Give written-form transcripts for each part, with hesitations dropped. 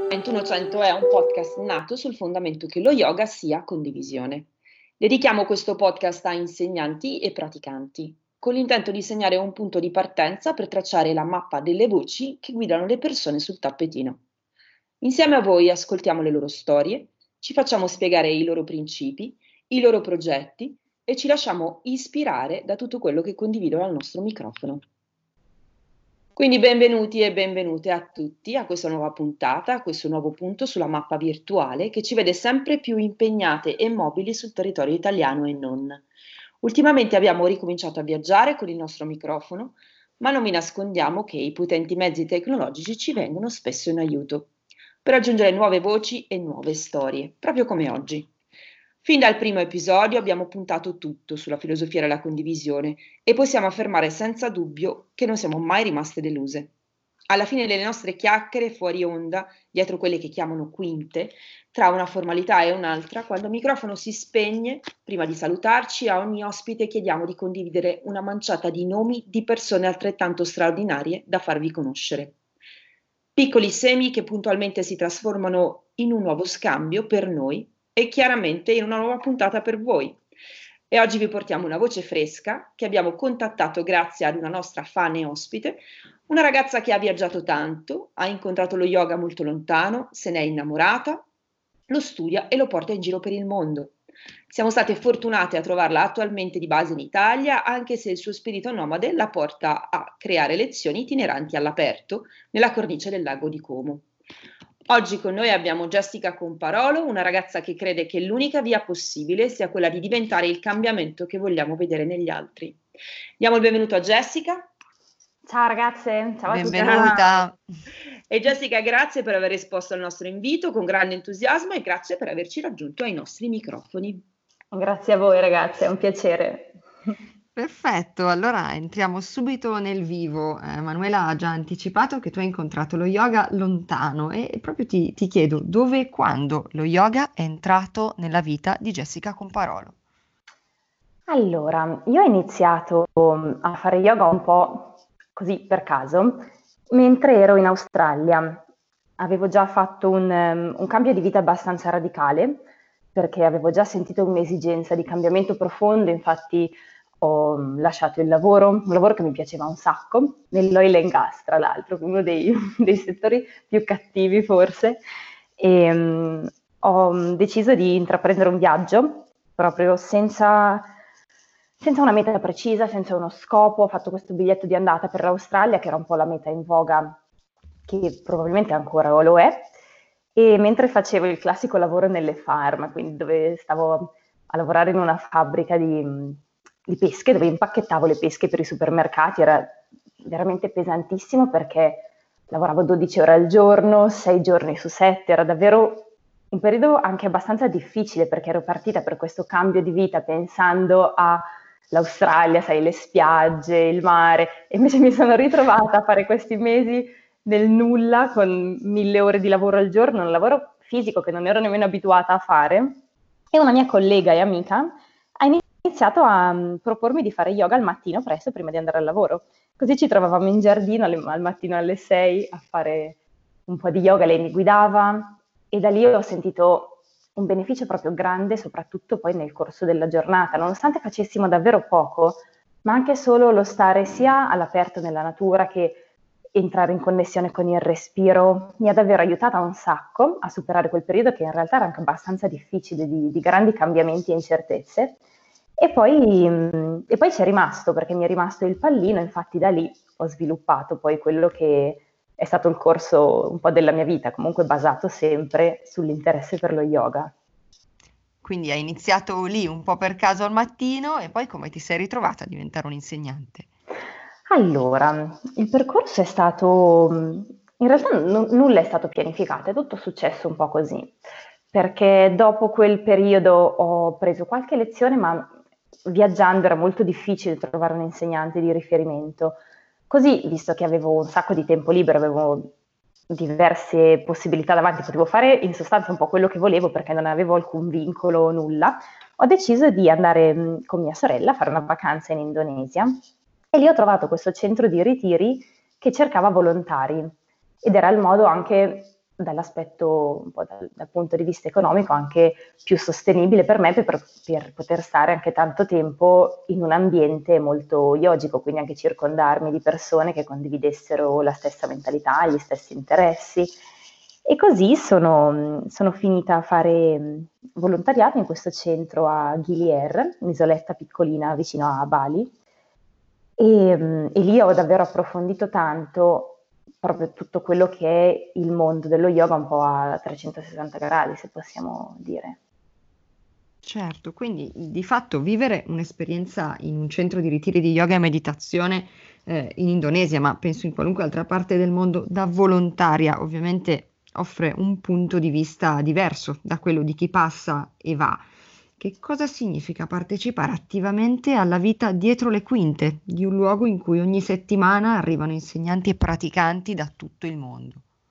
2100 è un podcast nato sul fondamento che lo yoga sia condivisione. Dedichiamo questo podcast a insegnanti e praticanti, con l'intento di segnare un punto di partenza per tracciare la mappa delle voci che guidano le persone sul tappetino. Insieme a voi ascoltiamo le loro storie, ci facciamo spiegare i loro principi, i loro progetti e ci lasciamo ispirare da tutto quello che condividono al nostro microfono. Quindi benvenuti e benvenute a tutti a questa nuova puntata, a questo nuovo punto sulla mappa virtuale che ci vede sempre più impegnate e mobili sul territorio italiano e non. Ultimamente abbiamo ricominciato a viaggiare con il nostro microfono, ma non vi nascondiamo che i potenti mezzi tecnologici ci vengono spesso in aiuto per aggiungere nuove voci e nuove storie, proprio come oggi. Fin dal primo episodio abbiamo puntato tutto sulla filosofia della condivisione e possiamo affermare senza dubbio che non siamo mai rimaste deluse. Alla fine delle nostre chiacchiere fuori onda, dietro quelle che chiamano quinte, tra una formalità e un'altra, quando il microfono si spegne, prima di salutarci, a ogni ospite chiediamo di condividere una manciata di nomi di persone altrettanto straordinarie da farvi conoscere. Piccoli semi che puntualmente si trasformano in un nuovo scambio per noi e chiaramente in una nuova puntata per voi. E oggi vi portiamo una voce fresca che abbiamo contattato grazie ad una nostra fan e ospite, una ragazza che ha viaggiato tanto, ha incontrato lo yoga molto lontano, se n'è innamorata, lo studia e lo porta in giro per il mondo. Siamo state fortunate a trovarla attualmente di base in Italia, anche se il suo spirito nomade la porta a creare lezioni itineranti all'aperto nella cornice del lago di Como. Oggi con noi abbiamo Jessica Comparolo, una ragazza che crede che l'unica via possibile sia quella di diventare il cambiamento che vogliamo vedere negli altri. Diamo il benvenuto a Jessica. Ciao ragazze, ciao a tutti. Benvenuta. E Jessica, grazie per aver risposto al nostro invito con grande entusiasmo e grazie per averci raggiunto ai nostri microfoni. Grazie a voi ragazze, è un piacere. Perfetto, allora entriamo subito nel vivo. Manuela ha già anticipato che tu hai incontrato lo yoga lontano e proprio ti chiedo dove e quando lo yoga è entrato nella vita di Jessica Comparolo. Allora, io ho iniziato a fare yoga un po' così per caso, mentre ero in Australia. Avevo già fatto un cambio di vita abbastanza radicale, perché avevo già sentito un'esigenza di cambiamento profondo, infatti ho lasciato il lavoro, un lavoro che mi piaceva un sacco, nell'oil and gas tra l'altro, uno dei settori più cattivi forse, e ho deciso di intraprendere un viaggio proprio senza una meta precisa, senza uno scopo. Ho fatto questo biglietto di andata per l'Australia, che era un po' la meta in voga, che probabilmente ancora lo è, e mentre facevo il classico lavoro nelle farm, quindi dove stavo a lavorare in una fabbrica di pesche, dove impacchettavo le pesche per i supermercati, era veramente pesantissimo perché lavoravo 12 ore al giorno, 6 giorni su 7, era davvero un periodo anche abbastanza difficile perché ero partita per questo cambio di vita pensando all'Australia, sai, le spiagge, il mare, e invece mi sono ritrovata a fare questi mesi nel nulla con 1000 ore di lavoro al giorno, un lavoro fisico che non ero nemmeno abituata a fare, e una mia collega e amica ha iniziato a propormi di fare yoga al mattino presto prima di andare al lavoro. Così ci trovavamo in giardino al mattino alle 6 a fare un po' di yoga, lei mi guidava e da lì ho sentito un beneficio proprio grande, soprattutto poi nel corso della giornata, nonostante facessimo davvero poco, ma anche solo lo stare sia all'aperto nella natura che entrare in connessione con il respiro mi ha davvero aiutata un sacco a superare quel periodo che in realtà era anche abbastanza difficile, di grandi cambiamenti e incertezze. E poi c'è rimasto, perché mi è rimasto il pallino, infatti da lì ho sviluppato poi quello che è stato il corso un po' della mia vita, comunque basato sempre sull'interesse per lo yoga. Quindi hai iniziato lì un po' per caso al mattino e poi come ti sei ritrovata a diventare un'insegnante? Allora, il percorso è stato, in realtà nulla è stato pianificato, è tutto successo un po' così, perché dopo quel periodo ho preso qualche lezione, ma viaggiando era molto difficile trovare un insegnante di riferimento. Così, visto che avevo un sacco di tempo libero, avevo diverse possibilità davanti, potevo fare in sostanza un po' quello che volevo perché non avevo alcun vincolo o nulla, ho deciso di andare con mia sorella a fare una vacanza in Indonesia e lì ho trovato questo centro di ritiri che cercava volontari ed era il modo anche dall'aspetto, un po' dal punto di vista economico, anche più sostenibile per me per poter stare anche tanto tempo in un ambiente molto yogico, quindi anche circondarmi di persone che condividessero la stessa mentalità, gli stessi interessi. E così sono finita a fare volontariato in questo centro a Gilier, un'isoletta piccolina vicino a Bali, e lì ho davvero approfondito tanto proprio tutto quello che è il mondo dello yoga un po' a 360 gradi, se possiamo dire. Certo, quindi di fatto vivere un'esperienza in un centro di ritiri di yoga e meditazione in Indonesia, ma penso in qualunque altra parte del mondo, da volontaria, ovviamente offre un punto di vista diverso da quello di chi passa e va. Che cosa significa partecipare attivamente alla vita dietro le quinte di un luogo in cui ogni settimana arrivano insegnanti e praticanti da tutto il mondo?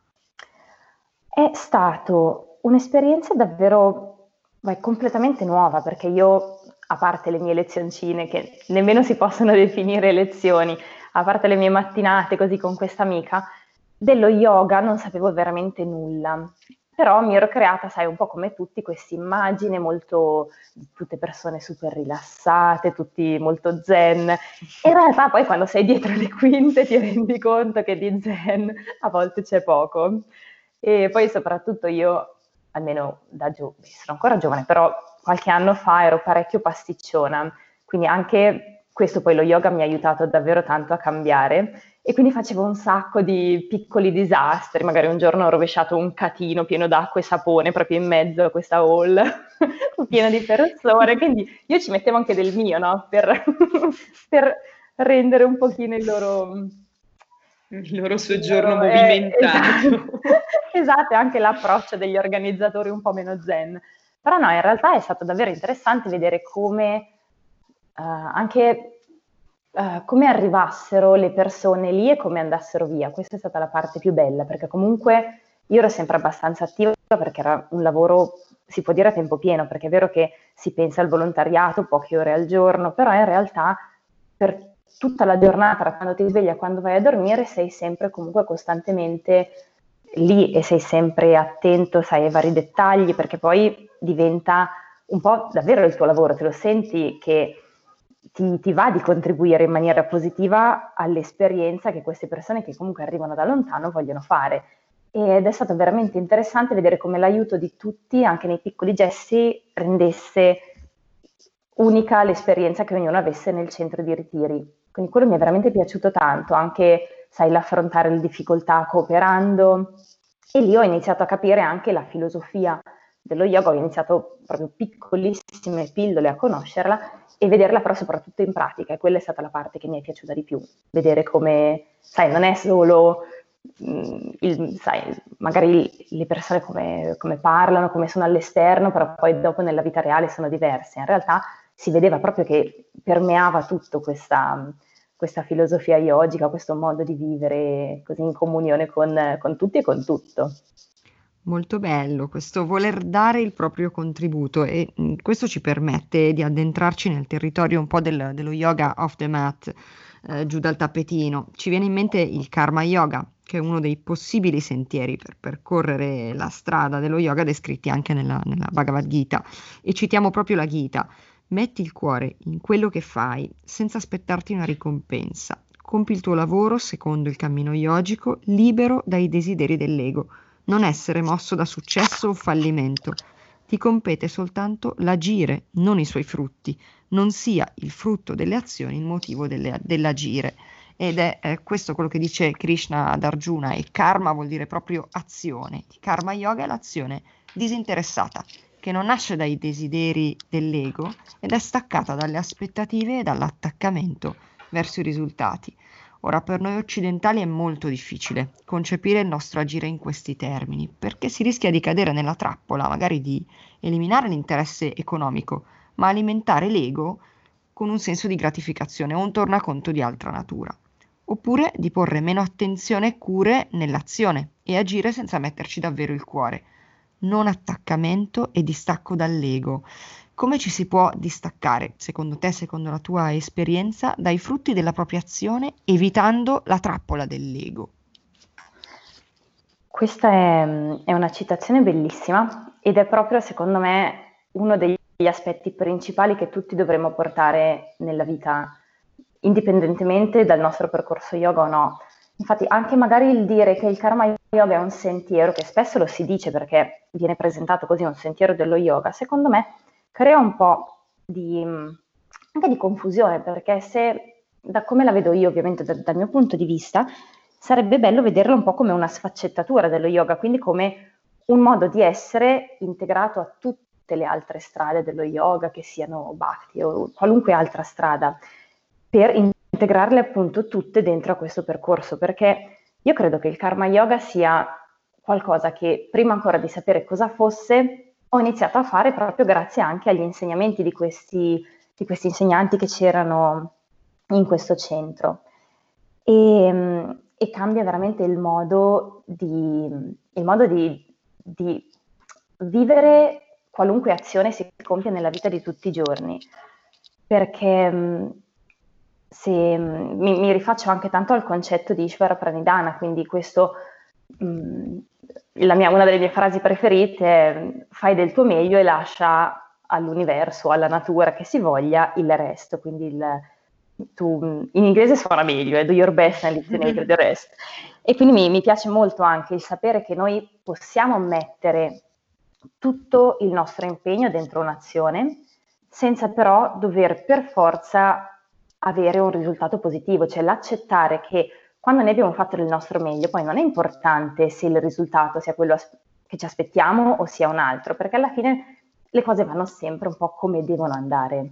È stato un'esperienza davvero completamente nuova, perché io, a parte le mie lezioncine, che nemmeno si possono definire lezioni, a parte le mie mattinate così con questa amica, dello yoga non sapevo veramente nulla. Però mi ero creata, sai, un po' come tutti, questa immagine molto di tutte persone super rilassate, tutti molto zen. In realtà poi quando sei dietro le quinte ti rendi conto che di zen a volte c'è poco. E poi soprattutto io, almeno sono ancora giovane, però qualche anno fa ero parecchio pasticciona, quindi anche questo poi lo yoga mi ha aiutato davvero tanto a cambiare e quindi facevo un sacco di piccoli disastri, magari un giorno ho rovesciato un catino pieno d'acqua e sapone proprio in mezzo a questa hall piena di persone, quindi io ci mettevo anche del mio, no? Per rendere un pochino il loro soggiorno movimentato. Esatto, e anche l'approccio degli organizzatori un po' meno zen. Però no, in realtà è stato davvero interessante vedere come arrivassero le persone lì e come andassero via. Questa è stata la parte più bella, perché comunque io ero sempre abbastanza attiva perché era un lavoro, si può dire a tempo pieno, perché è vero che si pensa al volontariato, poche ore al giorno, però in realtà per tutta la giornata, da quando ti svegli a quando vai a dormire, sei sempre comunque costantemente lì e sei sempre attento, sai, ai vari dettagli, perché poi diventa un po' davvero il tuo lavoro, te lo senti che ti va di contribuire in maniera positiva all'esperienza che queste persone che comunque arrivano da lontano vogliono fare. Ed è stato veramente interessante vedere come l'aiuto di tutti, anche nei piccoli gesti, rendesse unica l'esperienza che ognuno avesse nel centro di ritiri. Quindi quello mi è veramente piaciuto tanto, anche, sai, l'affrontare le difficoltà cooperando. E lì ho iniziato a capire anche la filosofia dello yoga, ho iniziato proprio piccolissime pillole a conoscerla e vederla però soprattutto in pratica, e quella è stata la parte che mi è piaciuta di più, vedere come, sai, non è solo, sai, magari le persone come parlano, come sono all'esterno, però poi dopo nella vita reale sono diverse. In realtà si vedeva proprio che permeava tutto questa filosofia yogica, questo modo di vivere così in comunione con tutti e con tutto. Molto bello questo voler dare il proprio contributo e questo ci permette di addentrarci nel territorio un po' dello yoga off the mat, giù dal tappetino. Ci viene in mente il karma yoga, che è uno dei possibili sentieri per percorrere la strada dello yoga descritti anche nella Bhagavad Gita. E citiamo proprio la Gita. Metti il cuore in quello che fai senza aspettarti una ricompensa. Compi il tuo lavoro secondo il cammino yogico, libero dai desideri dell'ego. Non essere mosso da successo o fallimento. Ti compete soltanto l'agire, non i suoi frutti. Non sia il frutto delle azioni il motivo dell'agire. Ed è questo quello che dice Krishna ad Arjuna, e karma vuol dire proprio azione. Il karma yoga è l'azione disinteressata, che non nasce dai desideri dell'ego ed è staccata dalle aspettative e dall'attaccamento verso i risultati. Ora, per noi occidentali è molto difficile concepire il nostro agire in questi termini, perché si rischia di cadere nella trappola, magari di eliminare l'interesse economico, ma alimentare l'ego con un senso di gratificazione o un tornaconto di altra natura, oppure di porre meno attenzione e cure nell'azione e agire senza metterci davvero il cuore. Non attaccamento e distacco dall'ego. Come ci si può distaccare, secondo te, secondo la tua esperienza, dai frutti della propria azione, evitando la trappola dell'ego? Questa è una citazione bellissima ed è proprio, secondo me, uno degli aspetti principali che tutti dovremmo portare nella vita, indipendentemente dal nostro percorso yoga o no. Infatti, anche magari il dire che il karma yoga è un sentiero, che spesso lo si dice perché viene presentato così, un sentiero dello yoga, secondo me crea un po' anche di confusione, perché se, da come la vedo io, ovviamente dal mio punto di vista, sarebbe bello vederlo un po' come una sfaccettatura dello yoga, quindi come un modo di essere integrato a tutte le altre strade dello yoga, che siano bhakti o qualunque altra strada, per integrarle appunto tutte dentro a questo percorso, perché io credo che il karma yoga sia qualcosa che prima ancora di sapere cosa fosse, ho iniziato a fare proprio grazie anche agli insegnamenti di questi insegnanti che c'erano in questo centro. E cambia veramente il modo di vivere qualunque azione si compie nella vita di tutti i giorni, perché se mi rifaccio anche tanto al concetto di Ishvara Pranidhana, quindi questo, una delle mie frasi preferite è: fai del tuo meglio e lascia all'universo, alla natura che si voglia il resto, quindi in inglese suona meglio, do your best and leave the nature the rest. E quindi mi piace molto anche il sapere che noi possiamo mettere tutto il nostro impegno dentro un'azione, senza però dover per forza avere un risultato positivo, cioè l'accettare che quando noi abbiamo fatto del nostro meglio, poi non è importante se il risultato sia quello che ci aspettiamo o sia un altro, perché alla fine le cose vanno sempre un po' come devono andare.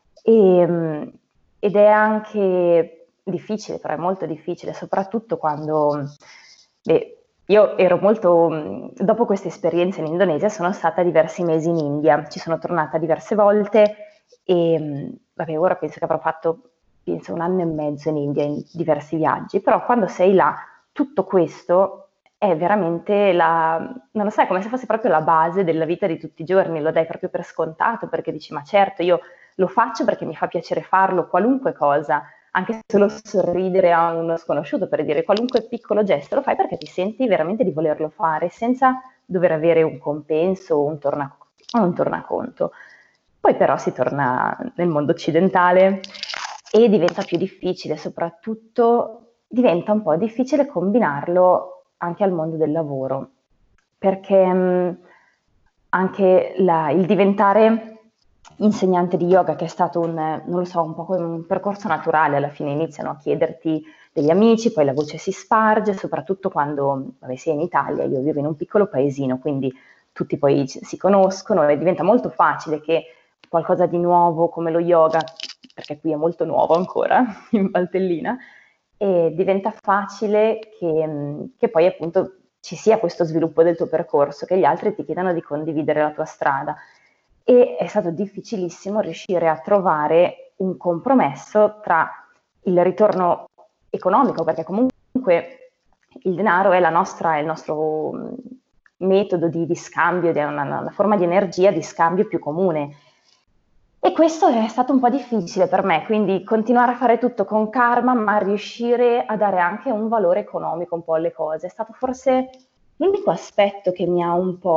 Ed è anche difficile, però è molto difficile, soprattutto quando, io ero molto, dopo questa esperienza in Indonesia sono stata diversi mesi in India, ci sono tornata diverse volte e ora penso che avrò fatto 1 anno e mezzo in India in diversi viaggi, però quando sei là tutto questo è veramente non lo sai, come se fosse proprio la base della vita di tutti i giorni, lo dai proprio per scontato perché dici ma certo io lo faccio perché mi fa piacere farlo, qualunque cosa, anche solo sorridere a uno sconosciuto, per dire qualunque piccolo gesto lo fai perché ti senti veramente di volerlo fare senza dover avere un compenso o un tornaconto. Poi però si torna nel mondo occidentale e diventa più difficile, soprattutto diventa un po' difficile combinarlo anche al mondo del lavoro, perché anche il diventare insegnante di yoga, che è stato non lo so, un po' come un percorso naturale, alla fine iniziano a chiederti degli amici, poi la voce si sparge, soprattutto quando, sei in Italia, io vivo in un piccolo paesino, quindi tutti poi si conoscono e diventa molto facile che qualcosa di nuovo come lo yoga, perché qui è molto nuovo ancora in Valtellina, e diventa facile che poi appunto ci sia questo sviluppo del tuo percorso, che gli altri ti chiedano di condividere la tua strada. E è stato difficilissimo riuscire a trovare un compromesso tra il ritorno economico, perché comunque il denaro è il nostro metodo di scambio, è una forma di energia di scambio più comune. E questo è stato un po' difficile per me, quindi continuare a fare tutto con karma, ma riuscire a dare anche un valore economico un po' alle cose. È stato forse l'unico aspetto che mi ha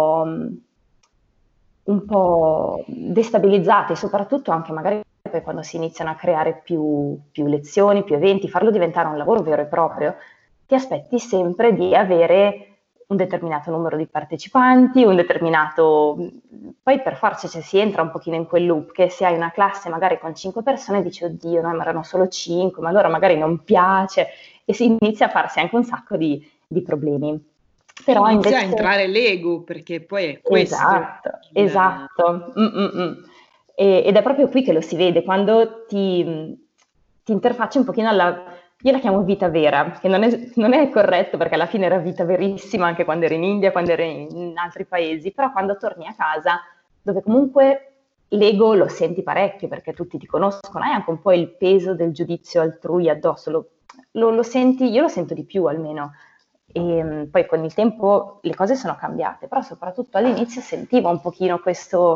un po' destabilizzati, soprattutto anche magari poi quando si iniziano a creare più lezioni, più eventi, farlo diventare un lavoro vero e proprio, ti aspetti sempre di avere un determinato numero di partecipanti, poi per forza si entra un pochino in quel loop che se hai una classe magari con 5 persone dici oddio, no, ma erano solo 5, ma allora magari non piace e si inizia a farsi anche un sacco di problemi. Però inizia a entrare l'ego, perché poi è questo. Esatto. Ed è proprio qui che lo si vede, quando ti interfacci un pochino io la chiamo vita vera, che non è corretto perché alla fine era vita verissima anche quando eri in India, quando eri in altri paesi, però quando torni a casa, dove comunque l'ego lo senti parecchio perché tutti ti conoscono, hai anche un po' il peso del giudizio altrui addosso, lo senti, io lo sento di più almeno. E poi con il tempo le cose sono cambiate, però soprattutto all'inizio sentivo un pochino questo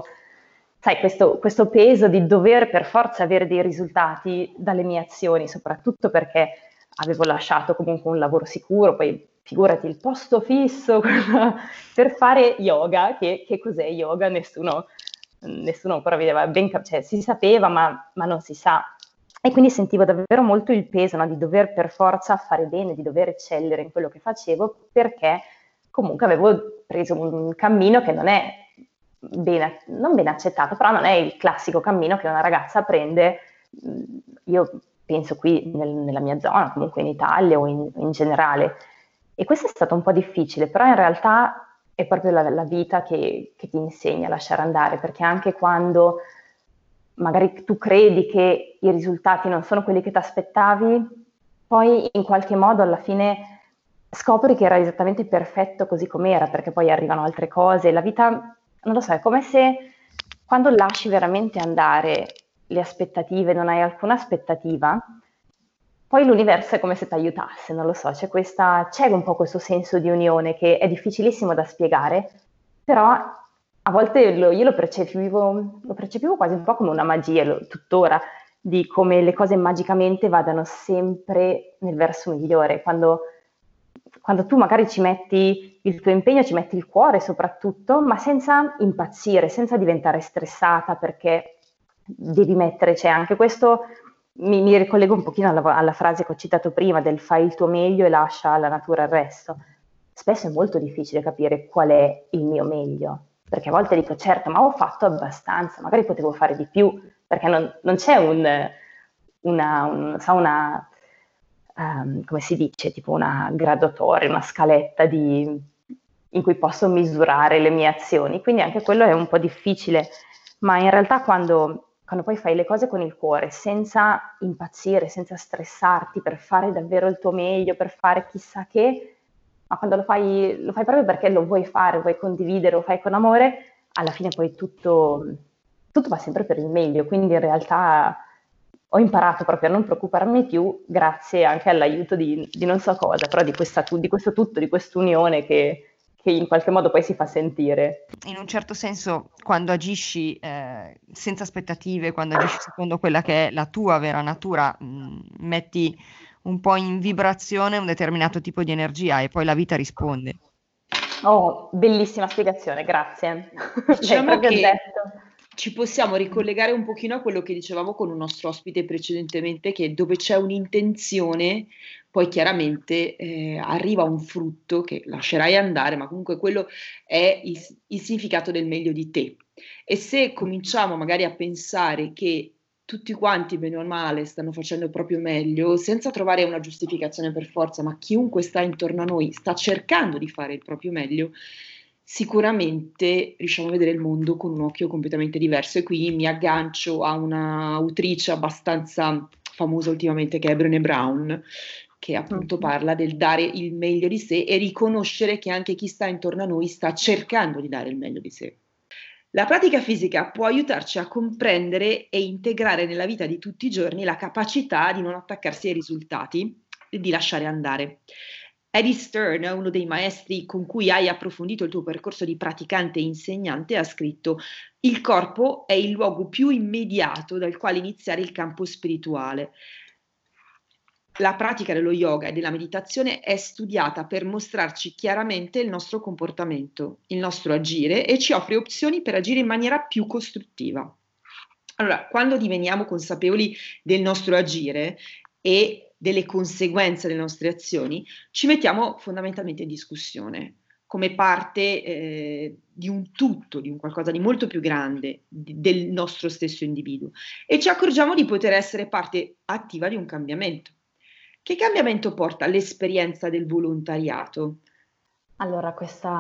peso di dover per forza avere dei risultati dalle mie azioni, soprattutto perché avevo lasciato comunque un lavoro sicuro, poi figurati il posto fisso per fare yoga, che cos'è yoga? Nessuno però aveva cioè si sapeva ma non si sa. E quindi sentivo davvero molto il peso, no, di dover per forza fare bene, di dover eccellere in quello che facevo, perché comunque avevo preso un cammino che non è non bene accettato, però non è il classico cammino che una ragazza prende, io penso qui nella mia zona, comunque in Italia o in generale. E questo è stato un po' difficile, però in realtà è proprio la vita che ti insegna a lasciare andare, perché anche quando magari tu credi che i risultati non sono quelli che ti aspettavi, poi in qualche modo alla fine scopri che era esattamente perfetto così com'era, perché poi arrivano altre cose. La vita, non lo so, è come se quando lasci veramente andare le aspettative, non hai alcuna aspettativa, poi l'universo è come se ti aiutasse, non lo so, c'è un po' questo senso di unione che è difficilissimo da spiegare, però a volte io lo percepivo quasi un po' come una magia, tuttora, di come le cose magicamente vadano sempre nel verso migliore. Quando tu magari ci metti il tuo impegno, ci metti il cuore soprattutto, ma senza impazzire, senza diventare stressata perché devi mettere, c'è anche questo, mi ricollego un pochino alla frase che ho citato prima del fai il tuo meglio e lascia alla natura il resto. Spesso è molto difficile capire qual è il mio meglio, perché a volte dico certo, ma ho fatto abbastanza, magari potevo fare di più, perché non c'è come si dice, tipo una graduatoria, una scaletta in cui posso misurare le mie azioni, quindi anche quello è un po' difficile, ma in realtà quando poi fai le cose con il cuore, senza impazzire, senza stressarti per fare davvero il tuo meglio, per fare chissà che, ma quando lo fai proprio perché lo vuoi fare, vuoi condividere, lo fai con amore, alla fine poi tutto va sempre per il meglio, quindi in realtà ho imparato proprio a non preoccuparmi più, grazie anche all'aiuto di non so cosa, però di questo tutto, di quest'unione che in qualche modo poi si fa sentire. In un certo senso, quando agisci senza aspettative, quando agisci secondo quella che è la tua vera natura, metti un po' in vibrazione un determinato tipo di energia e poi la vita risponde. Oh, bellissima spiegazione, grazie. L'hai Diciamo proprio che detto. ci possiamo ricollegare un pochino a quello che dicevamo con un nostro ospite precedentemente, che dove c'è un'intenzione, poi chiaramente arriva un frutto che lascerai andare, ma comunque quello è il significato del meglio di te. E se cominciamo magari a pensare che tutti quanti, bene o male, stanno facendo il proprio meglio, senza trovare una giustificazione per forza, ma chiunque sta intorno a noi sta cercando di fare il proprio meglio, sicuramente riusciamo a vedere il mondo con un occhio completamente diverso. E qui mi aggancio a una autrice abbastanza famosa ultimamente che è Brené Brown, che appunto parla del dare il meglio di sé e riconoscere che anche chi sta intorno a noi sta cercando di dare il meglio di sé. La pratica fisica può aiutarci a comprendere e integrare nella vita di tutti i giorni la capacità di non attaccarsi ai risultati e di lasciare andare. Eddie Stern, uno dei maestri con cui hai approfondito il tuo percorso di praticante e insegnante, ha scritto: il corpo è il luogo più immediato dal quale iniziare il campo spirituale. La pratica dello yoga e della meditazione è studiata per mostrarci chiaramente il nostro comportamento, il nostro agire e ci offre opzioni per agire in maniera più costruttiva. Allora, quando diveniamo consapevoli del nostro agire e delle conseguenze delle nostre azioni, ci mettiamo fondamentalmente in discussione come parte di un tutto, di un qualcosa di molto più grande del nostro stesso individuo e ci accorgiamo di poter essere parte attiva di un cambiamento. Che cambiamento porta l'esperienza del volontariato? Allora,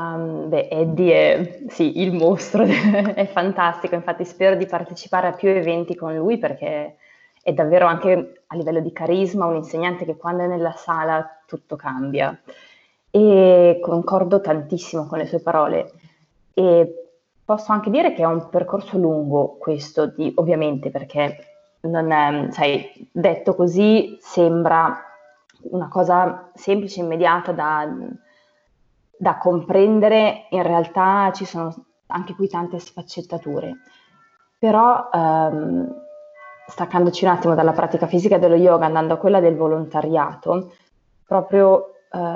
Eddie è, sì, il mostro, è fantastico, infatti spero di partecipare a più eventi con lui perché è davvero anche a livello di carisma un insegnante che quando è nella sala tutto cambia. E concordo tantissimo con le sue parole. E posso anche dire che è un percorso lungo questo, ovviamente, perché non è, sai, detto così sembra una cosa semplice, immediata da comprendere, in realtà ci sono anche qui tante sfaccettature. Però staccandoci un attimo dalla pratica fisica dello yoga, andando a quella del volontariato, proprio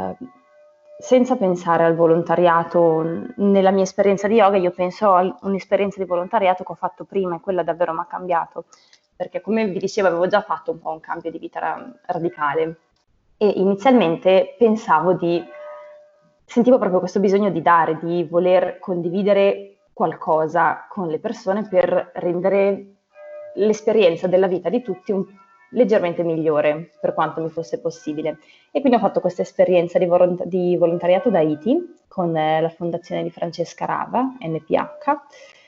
senza pensare al volontariato, nella mia esperienza di yoga, io penso a un'esperienza di volontariato che ho fatto prima e quella davvero mi ha cambiato, perché come vi dicevo avevo già fatto un po' un cambio di vita radicale e inizialmente sentivo proprio questo bisogno di dare, di voler condividere qualcosa con le persone per rendere l'esperienza della vita di tutti leggermente migliore per quanto mi fosse possibile. E quindi ho fatto questa esperienza di volontariato da Haiti con la fondazione di Francesca Rava, NPH,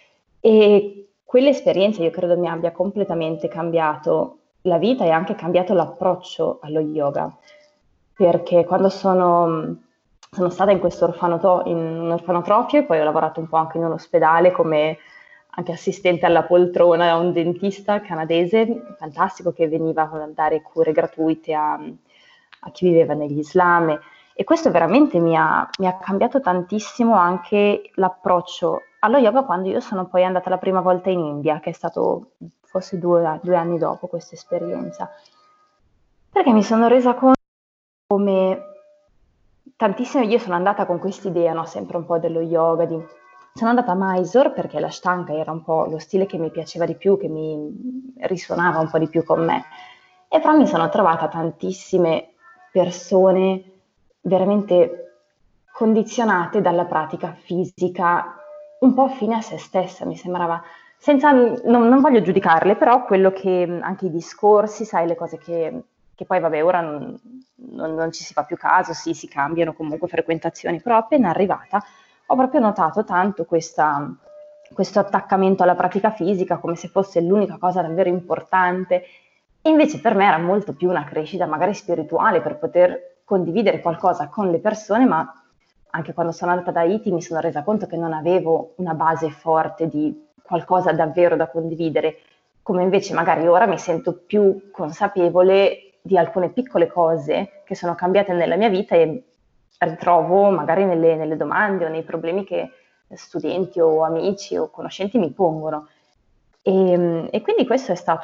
e quell'esperienza io credo mi abbia completamente cambiato la vita e anche cambiato l'approccio allo yoga, perché quando sono stata in questo in un orfanotrofio e poi ho lavorato un po' anche in un ospedale come anche assistente alla poltrona da un dentista canadese fantastico che veniva a dare cure gratuite a chi viveva negli Islam. E questo veramente mi ha cambiato tantissimo anche l'approccio allo yoga quando io sono poi andata la prima volta in India, che è stato forse 2 anni dopo questa esperienza, perché mi sono resa conto come tantissime, io sono andata con quest'idea, no, sempre un po' dello yoga, sono andata a Mysore perché l'Ashtanga era un po' lo stile che mi piaceva di più, che mi risuonava un po' di più con me. E però mi sono trovata tantissime persone veramente condizionate dalla pratica fisica, un po' fine a se stessa, mi sembrava. Senza, non voglio giudicarle, però quello che anche i discorsi, sai, le cose che poi, vabbè, ora non ci si fa più caso, sì, si cambiano comunque frequentazioni, però appena arrivata ho proprio notato tanto questo attaccamento alla pratica fisica come se fosse l'unica cosa davvero importante. E invece per me era molto più una crescita magari spirituale per poter condividere qualcosa con le persone, ma anche quando sono andata da Haiti mi sono resa conto che non avevo una base forte di qualcosa davvero da condividere, come invece magari ora mi sento più consapevole di alcune piccole cose che sono cambiate nella mia vita e ritrovo magari nelle domande o nei problemi che studenti o amici o conoscenti mi pongono. E quindi questo è stato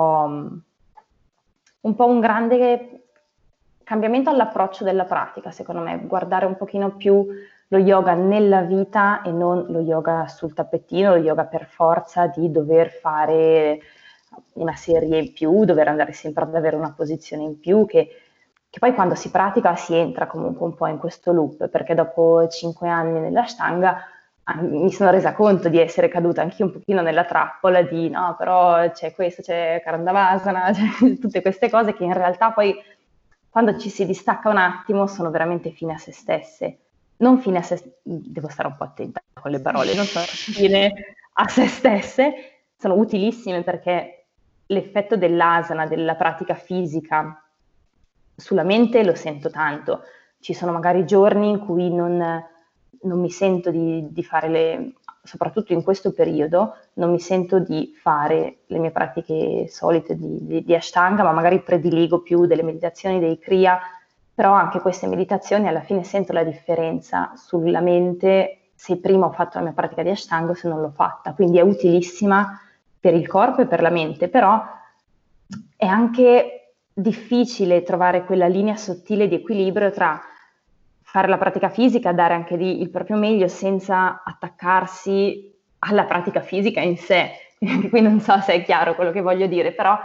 un po' un grande cambiamento all'approccio della pratica, secondo me, guardare un pochino più lo yoga nella vita e non lo yoga sul tappettino, lo yoga per forza di dover fare una serie in più, dover andare sempre ad avere una posizione in più, che poi quando si pratica si entra comunque un po' in questo loop, perché dopo 5 anni nell'Ashtanga mi sono resa conto di essere caduta anch'io un pochino nella trappola di no, però c'è questo, c'è Karandavasana, c'è tutte queste cose che in realtà poi quando ci si distacca un attimo sono veramente fine a se stesse. Non fine a se, devo stare un po' attenta con le parole, non sono fine a se stesse, sono utilissime perché l'effetto dell'asana, della pratica fisica sulla mente lo sento tanto. Ci sono magari giorni in cui non mi sento di fare soprattutto in questo periodo, non mi sento di fare le mie pratiche solite di Ashtanga, ma magari prediligo più delle meditazioni, dei Kriya, però anche queste meditazioni alla fine sento la differenza sulla mente se prima ho fatto la mia pratica di Ashtanga o se non l'ho fatta, quindi è utilissima per il corpo e per la mente, però è anche difficile trovare quella linea sottile di equilibrio tra fare la pratica fisica, dare anche lì il proprio meglio senza attaccarsi alla pratica fisica in sé. Qui non so se è chiaro quello che voglio dire, però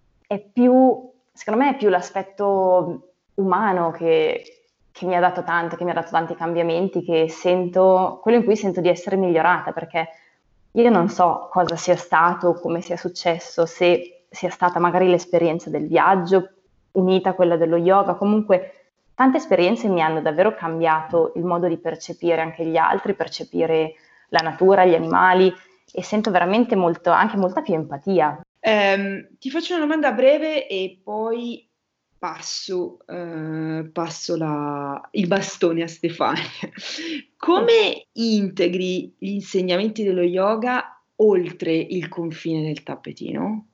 secondo me è più l'aspetto umano che mi ha dato tanto, che mi ha dato tanti cambiamenti, quello in cui sento di essere migliorata, perché io non so cosa sia stato, come sia successo, se sia stata magari l'esperienza del viaggio unita a quella dello yoga, comunque tante esperienze mi hanno davvero cambiato il modo di percepire anche gli altri, percepire la natura, gli animali e sento veramente anche molta più empatia. Ti faccio una domanda breve e poi passo il bastone a Stefania. Come integri gli insegnamenti dello yoga oltre il confine del tappetino?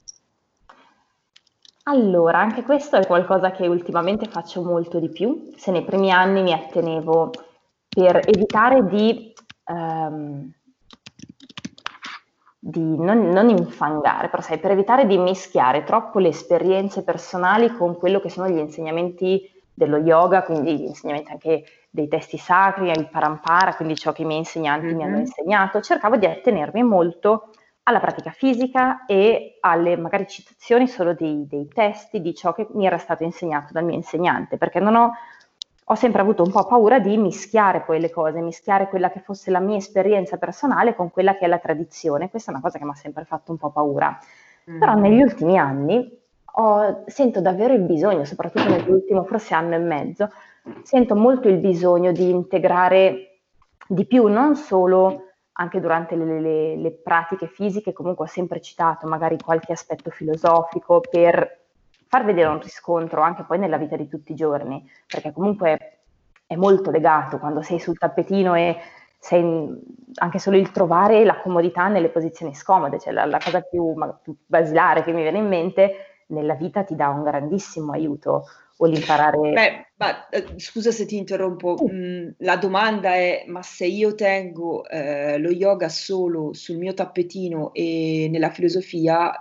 Allora, anche questo è qualcosa che ultimamente faccio molto di più. Se nei primi anni mi attenevo per evitare di non infangare, però sai, per evitare di mischiare troppo le esperienze personali con quello che sono gli insegnamenti dello yoga, quindi gli insegnamenti anche dei testi sacri, il parampara, quindi ciò che i miei insegnanti mi hanno insegnato, cercavo di attenermi molto alla pratica fisica e alle magari citazioni solo dei testi di ciò che mi era stato insegnato dal mio insegnante, perché ho sempre avuto un po' paura di mischiare poi le cose, mischiare quella che fosse la mia esperienza personale con quella che è la tradizione. Questa è una cosa che mi ha sempre fatto un po' paura. Però negli ultimi anni sento davvero il bisogno, soprattutto nell'ultimo forse anno e mezzo, sento molto il bisogno di integrare di più, non solo anche durante le pratiche fisiche, comunque ho sempre citato magari qualche aspetto filosofico per far vedere un riscontro anche poi nella vita di tutti i giorni, perché comunque è molto legato quando sei sul tappetino e anche solo il trovare la comodità nelle posizioni scomode, cioè la cosa più basilare che mi viene in mente nella vita ti dà un grandissimo aiuto o l'imparare. Scusa se ti interrompo, la domanda è: ma se io tengo lo yoga solo sul mio tappetino e nella filosofia,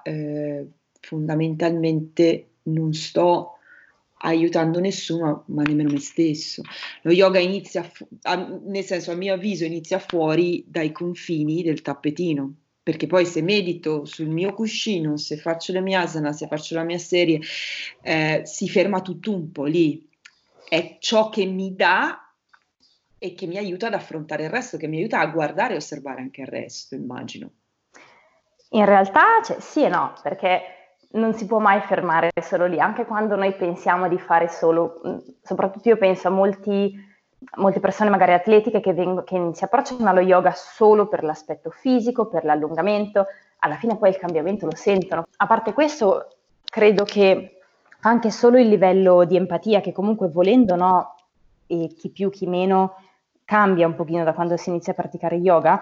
fondamentalmente non sto aiutando nessuno, ma nemmeno me stesso. Lo yoga inizia, nel senso, a mio avviso, inizia fuori dai confini del tappetino, perché poi se medito sul mio cuscino, se faccio le mie asana, se faccio la mia serie, si ferma tutto un po' lì. È ciò che mi dà e che mi aiuta ad affrontare il resto, che mi aiuta a guardare e osservare anche il resto, immagino. In realtà, sì e no, perché non si può mai fermare solo lì, anche quando noi pensiamo di fare solo, soprattutto io penso a molte persone magari atletiche che si approcciano allo yoga solo per l'aspetto fisico, per l'allungamento, alla fine poi il cambiamento lo sentono. A parte questo, credo che anche solo il livello di empatia, che comunque volendo no, e chi più chi meno cambia un pochino da quando si inizia a praticare yoga,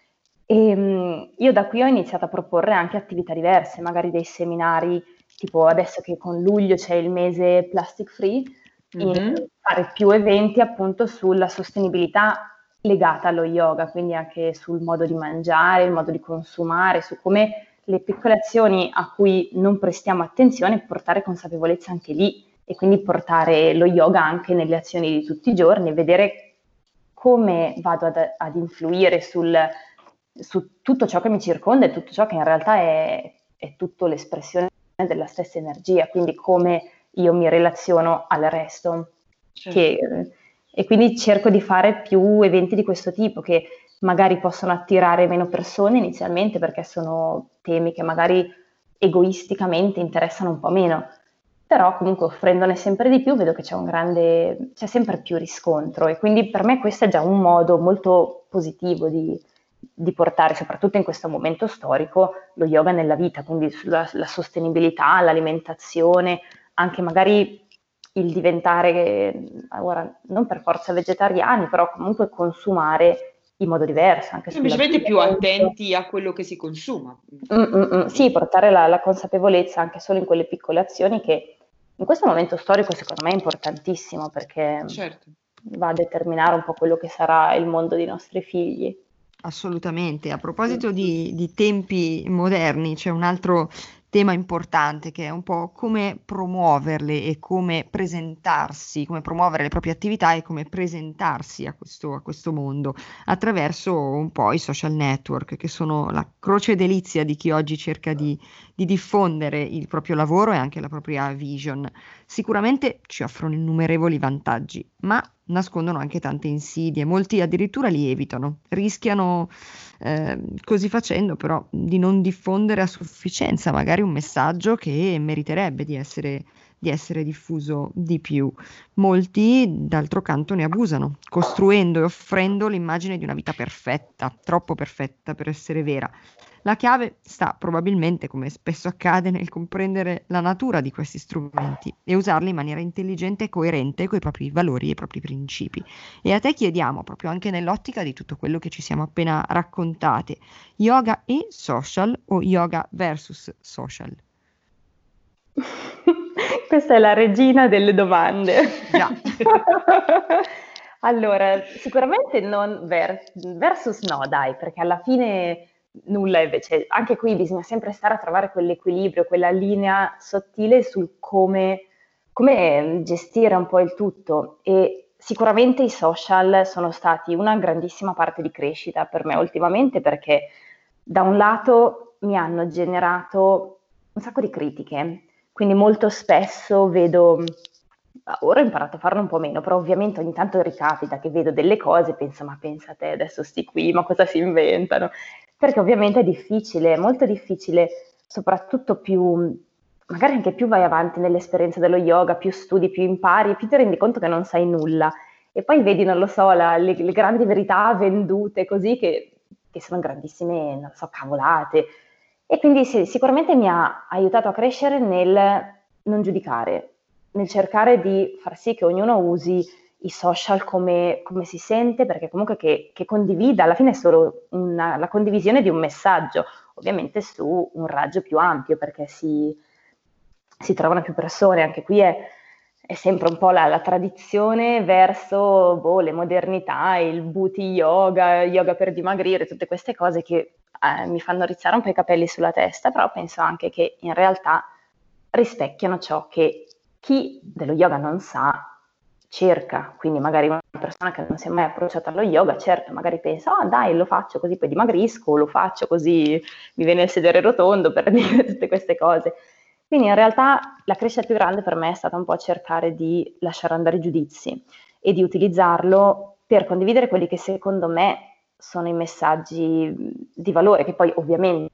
e io da qui ho iniziato a proporre anche attività diverse, magari dei seminari, tipo adesso che con luglio c'è il mese plastic free, inizio a fare più eventi appunto sulla sostenibilità legata allo yoga, quindi anche sul modo di mangiare, il modo di consumare, su come le piccole azioni a cui non prestiamo attenzione, portare consapevolezza anche lì e quindi portare lo yoga anche nelle azioni di tutti i giorni, vedere come vado ad influire su tutto ciò che mi circonda e tutto ciò che in realtà è tutto l'espressione della stessa energia, quindi come io mi relaziono al resto. Certo. E quindi cerco di fare più eventi di questo tipo che magari possono attirare meno persone inizialmente perché sono temi che magari egoisticamente interessano un po' meno, però comunque offrendone sempre di più vedo che c'è sempre più riscontro e quindi per me questo è già un modo molto positivo di portare, soprattutto in questo momento storico, lo yoga nella vita, quindi sulla la sostenibilità, l'alimentazione, anche magari il diventare, ora non per forza vegetariani, però comunque consumare in modo diverso, anche Semplicemente più sull'abbigliamento. attenti a quello che si consuma. Sì, portare la consapevolezza anche solo in quelle piccole azioni che in questo momento storico secondo me è importantissimo perché Certo. va a determinare un po' quello che sarà il mondo dei nostri figli. Assolutamente. A proposito di tempi moderni, c'è un altro tema importante che è un po' come promuoverle e come presentarsi, come promuovere le proprie attività e come presentarsi a questo mondo attraverso un po' i social network, che sono la croce e delizia di chi oggi cerca di diffondere il proprio lavoro e anche la propria vision. Sicuramente ci offrono innumerevoli vantaggi, ma nascondono anche tante insidie, molti addirittura li evitano, rischiano così facendo però di non diffondere a sufficienza magari un messaggio che meriterebbe di essere diffuso di più. Molti, d'altro canto, ne abusano, costruendo e offrendo l'immagine di una vita perfetta, troppo perfetta per essere vera. La chiave sta probabilmente, come spesso accade, nel comprendere la natura di questi strumenti e usarli in maniera intelligente e coerente con i propri valori e i propri principi. E a te chiediamo, proprio anche nell'ottica di tutto quello che ci siamo appena raccontate, yoga e social o yoga versus social? Questa è la regina delle domande. Già. Allora, sicuramente non versus no, dai, perché alla fine nulla invece. Anche qui bisogna sempre stare a trovare quell'equilibrio, quella linea sottile sul come gestire un po' il tutto. E sicuramente i social sono stati una grandissima parte di crescita per me ultimamente, perché da un lato mi hanno generato un sacco di critiche, quindi molto spesso vedo, ora ho imparato a farlo un po' meno, però ovviamente ogni tanto ricapita che vedo delle cose e penso, ma pensa a te, adesso sti qui, ma cosa si inventano? Perché ovviamente è difficile, è molto difficile, soprattutto magari anche più vai avanti nell'esperienza dello yoga, più studi, più impari, più ti rendi conto che non sai nulla. E poi vedi, non lo so, le grandi verità vendute così che sono grandissime, non so, cavolate. E quindi sì, sicuramente mi ha aiutato a crescere nel non giudicare, nel cercare di far sì che ognuno usi i social come si sente, perché comunque che condivida, alla fine è solo la condivisione di un messaggio, ovviamente su un raggio più ampio, perché si trovano più persone, anche qui è sempre un po' la tradizione verso le modernità, il booty yoga, yoga per dimagrire, tutte queste cose che mi fanno rizzare un po' i capelli sulla testa, però penso anche che in realtà rispecchiano ciò che chi dello yoga non sa cerca, quindi magari una persona che non si è mai approcciata allo yoga, certo, magari pensa, ah dai, lo faccio così poi dimagrisco, lo faccio così mi viene il sedere rotondo, per dire tutte queste cose. Quindi in realtà la crescita più grande per me è stata un po' cercare di lasciare andare i giudizi e di utilizzarlo per condividere quelli che secondo me sono i messaggi di valore, che poi ovviamente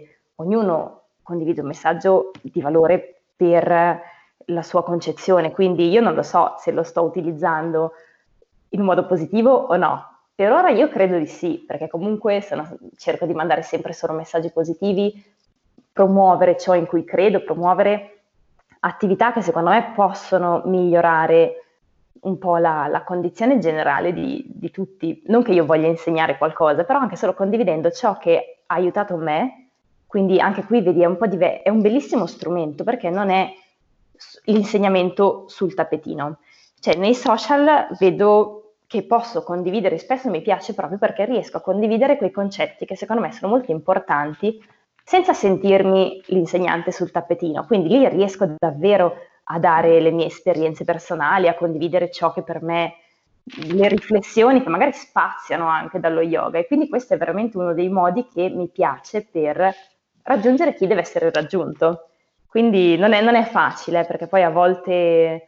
ognuno condivide un messaggio di valore per la sua concezione, quindi io non lo so se lo sto utilizzando in un modo positivo o no. Per ora io credo di sì, perché comunque cerco di mandare sempre solo messaggi positivi, promuovere ciò in cui credo, promuovere attività che secondo me possono migliorare un po' la condizione generale di tutti. Non che io voglia insegnare qualcosa, però anche solo condividendo ciò che ha aiutato me. Quindi anche qui vedi, è un bellissimo strumento, perché non è l'insegnamento sul tappetino. Cioè nei social vedo che posso condividere, spesso mi piace proprio perché riesco a condividere quei concetti che secondo me sono molto importanti senza sentirmi l'insegnante sul tappetino. Quindi lì riesco davvero a dare le mie esperienze personali, a condividere ciò che per me, le riflessioni che magari spaziano anche dallo yoga. E quindi questo è veramente uno dei modi che mi piace per raggiungere chi deve essere raggiunto. Quindi non è facile, perché poi a volte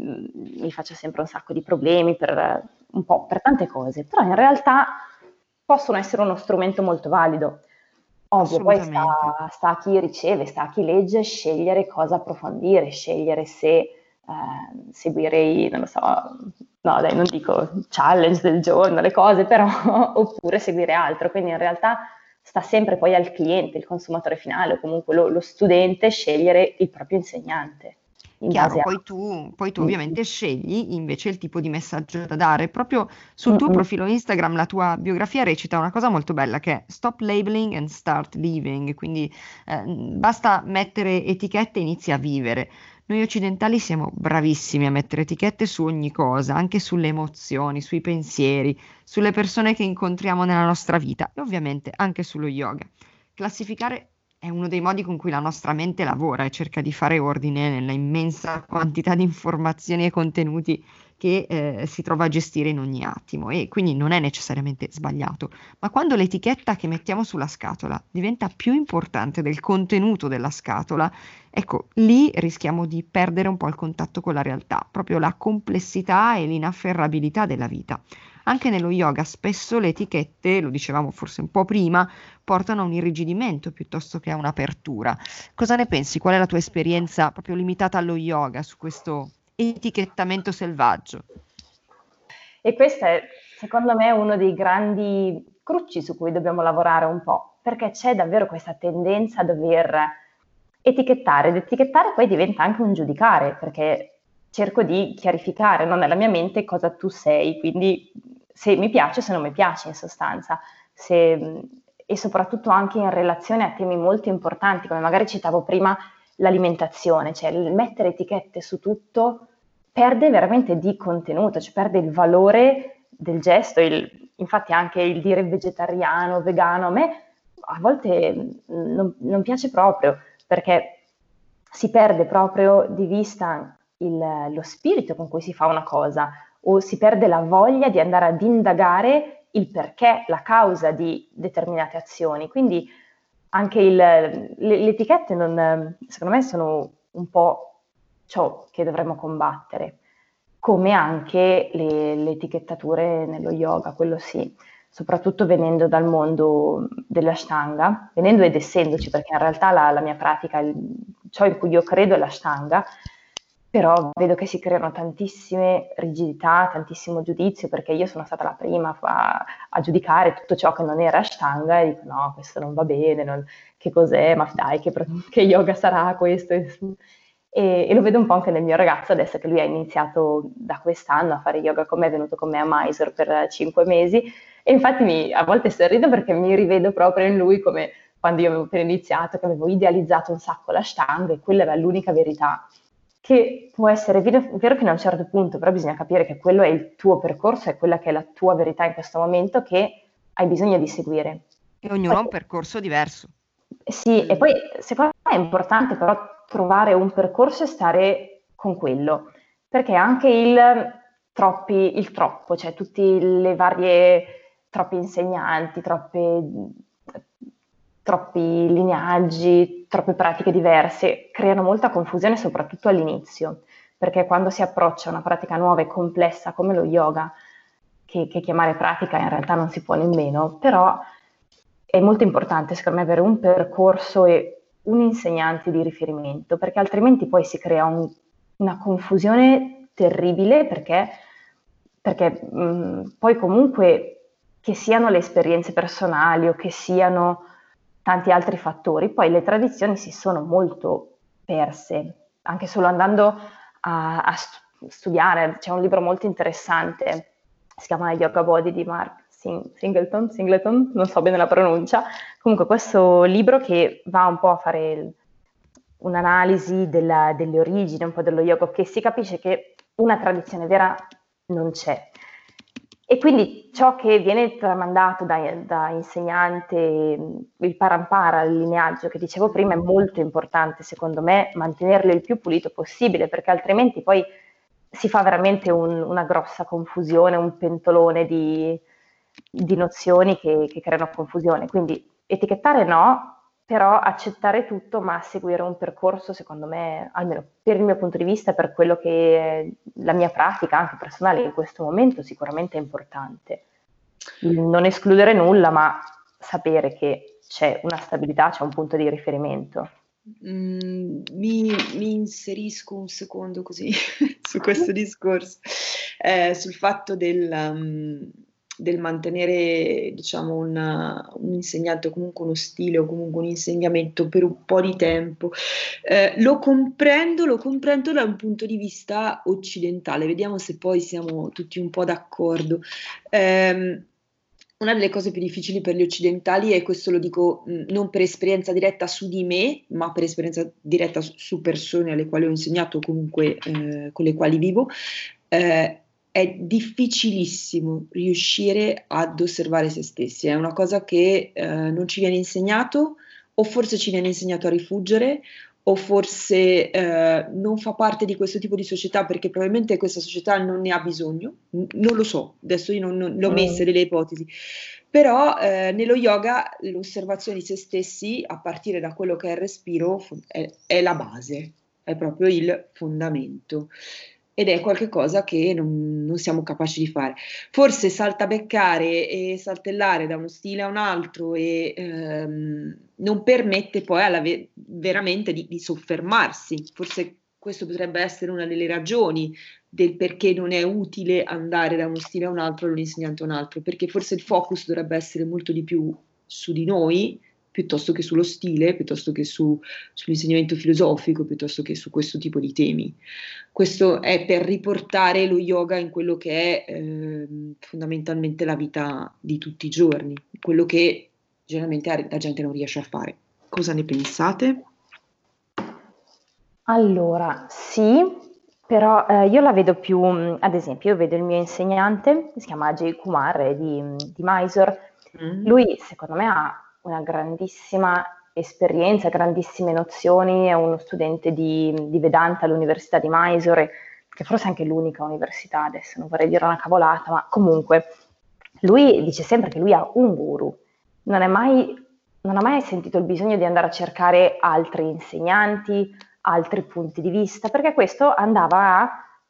mi faccio sempre un sacco di problemi un po' per tante cose, però in realtà possono essere uno strumento molto valido. Ovvio, poi Assolutamente. sta a chi riceve, sta a chi legge scegliere cosa approfondire, scegliere se seguire non lo so, no dai, non dico challenge del giorno, le cose, però oppure seguire altro. Quindi in realtà sta sempre poi al cliente, il consumatore finale o comunque lo studente scegliere il proprio insegnante in Chiaro, base a... poi tu Mm, ovviamente scegli invece il tipo di messaggio da dare. Proprio sul mm, tuo mm. profilo Instagram, la tua biografia recita una cosa molto bella che è Stop labeling and start living, quindi basta mettere etichette e inizi a vivere. Noi occidentali siamo bravissimi a mettere etichette su ogni cosa, anche sulle emozioni, sui pensieri, sulle persone che incontriamo nella nostra vita e ovviamente anche sullo yoga. Classificare è uno dei modi con cui la nostra mente lavora e cerca di fare ordine nella immensa quantità di informazioni e contenuti che si trova a gestire in ogni attimo e quindi non è necessariamente sbagliato, ma quando l'etichetta che mettiamo sulla scatola diventa più importante del contenuto della scatola, ecco, lì rischiamo di perdere un po' il contatto con la realtà, proprio la complessità e l'inafferrabilità della vita. Anche nello yoga spesso le etichette, lo dicevamo forse un po' prima, portano a un irrigidimento piuttosto che a un'apertura. Cosa ne pensi? Qual è la tua esperienza proprio limitata allo yoga su questo etichettamento selvaggio? E questo è, secondo me, uno dei grandi crucci su cui dobbiamo lavorare un po', perché c'è davvero questa tendenza a dover etichettare, ed etichettare poi diventa anche un giudicare, perché cerco di chiarificare, no, nella mia mente cosa tu sei, quindi se mi piace o se non mi piace in sostanza, se, e soprattutto anche in relazione a temi molto importanti, come magari citavo prima l'alimentazione, cioè il mettere etichette su tutto perde veramente di contenuto, cioè perde il valore del gesto, infatti anche il dire vegetariano, vegano, a me a volte non piace proprio, perché si perde proprio di vista lo spirito con cui si fa una cosa, o si perde la voglia di andare ad indagare il perché, la causa di determinate azioni. Quindi anche le etichette secondo me sono un po' ciò che dovremmo combattere, come anche le etichettature nello yoga, quello sì, soprattutto venendo dal mondo dell'Ashtanga, venendo ed essendoci, perché in realtà la mia pratica, ciò in cui io credo è l'Ashtanga, però vedo che si creano tantissime rigidità, tantissimo giudizio, perché io sono stata la prima a giudicare tutto ciò che non era Ashtanga e dico no, questo non va bene, che cos'è, ma dai, che yoga sarà questo? E lo vedo un po' anche nel mio ragazzo, adesso che lui ha iniziato da quest'anno a fare yoga con me, è venuto con me a Mysore per 5 mesi, e infatti a volte sorrido perché mi rivedo proprio in lui come quando io avevo appena iniziato, che avevo idealizzato un sacco l'Ashtanga e quella era l'unica verità, che può essere vero fino a un certo punto, però bisogna capire che quello è il tuo percorso, è quella che è la tua verità in questo momento che hai bisogno di seguire. E ognuno ha un percorso diverso. Sì, e poi secondo me è importante però trovare un percorso e stare con quello, perché anche il troppo, cioè tutti le varie, troppi insegnanti, troppi lineaggi, troppe pratiche diverse, creano molta confusione soprattutto all'inizio, perché quando si approccia a una pratica nuova e complessa come lo yoga, che chiamare pratica in realtà non si può nemmeno, però è molto importante secondo me avere un percorso e un insegnante di riferimento, perché altrimenti poi si crea una confusione terribile, perché poi comunque che siano le esperienze personali o che siano tanti altri fattori, poi le tradizioni si sono molto perse, anche solo andando a studiare. C'è un libro molto interessante, si chiama Yoga Body di Mark Singleton, non so bene la pronuncia, comunque questo libro che va un po' a fare un'analisi delle origini, un po' dello yoga, che si capisce che una tradizione vera non c'è. E quindi ciò che viene tramandato da insegnante, il parampara, il lineaggio che dicevo prima, è molto importante secondo me mantenerlo il più pulito possibile, perché altrimenti poi si fa veramente una grossa confusione, un pentolone di nozioni che creano confusione. Quindi etichettare no, però accettare tutto, ma seguire un percorso, secondo me, almeno per il mio punto di vista, per quello che è la mia pratica, anche personale, in questo momento, sicuramente è importante. Non escludere nulla, ma sapere che c'è una stabilità, c'è un punto di riferimento. Mi inserisco un secondo così su questo discorso, sul fatto del mantenere, diciamo, un insegnante o comunque uno stile o comunque un insegnamento per un po' di tempo. Lo comprendo da un punto di vista occidentale, vediamo se poi siamo tutti un po' d'accordo. Una delle cose più difficili per gli occidentali, e questo lo dico non per esperienza diretta su di me, ma per esperienza diretta su persone alle quali ho insegnato o comunque con le quali vivo, è difficilissimo riuscire ad osservare se stessi. È una cosa che non ci viene insegnato, o forse ci viene insegnato a rifuggire, o forse non fa parte di questo tipo di società perché probabilmente questa società non ne ha bisogno, non lo so, adesso io non l'ho messa delle ipotesi, però nello yoga l'osservazione di se stessi a partire da quello che è il respiro è la base, è proprio il fondamento. Ed è qualcosa che non siamo capaci di fare. Forse saltabeccare e saltellare da uno stile a un altro e non permette poi veramente di soffermarsi. Forse questo potrebbe essere una delle ragioni del perché non è utile andare da uno stile a un altro, da un insegnante a un altro, perché forse il focus dovrebbe essere molto di più su di noi, piuttosto che sullo stile, piuttosto che sull'insegnamento filosofico, piuttosto che su questo tipo di temi. Questo è per riportare lo yoga in quello che è fondamentalmente la vita di tutti i giorni, quello che generalmente la gente non riesce a fare. Cosa ne pensate? Allora, sì, però io la vedo più, ad esempio, io vedo il mio insegnante, che si chiama Ajay Kumar, è di Mysore. Lui, secondo me, ha una grandissima esperienza, grandissime nozioni, è uno studente di Vedanta all'Università di Mysore, che forse è anche l'unica università, adesso non vorrei dire una cavolata, ma comunque lui dice sempre che lui ha un guru, non ha mai sentito il bisogno di andare a cercare altri insegnanti, altri punti di vista, perché questo andava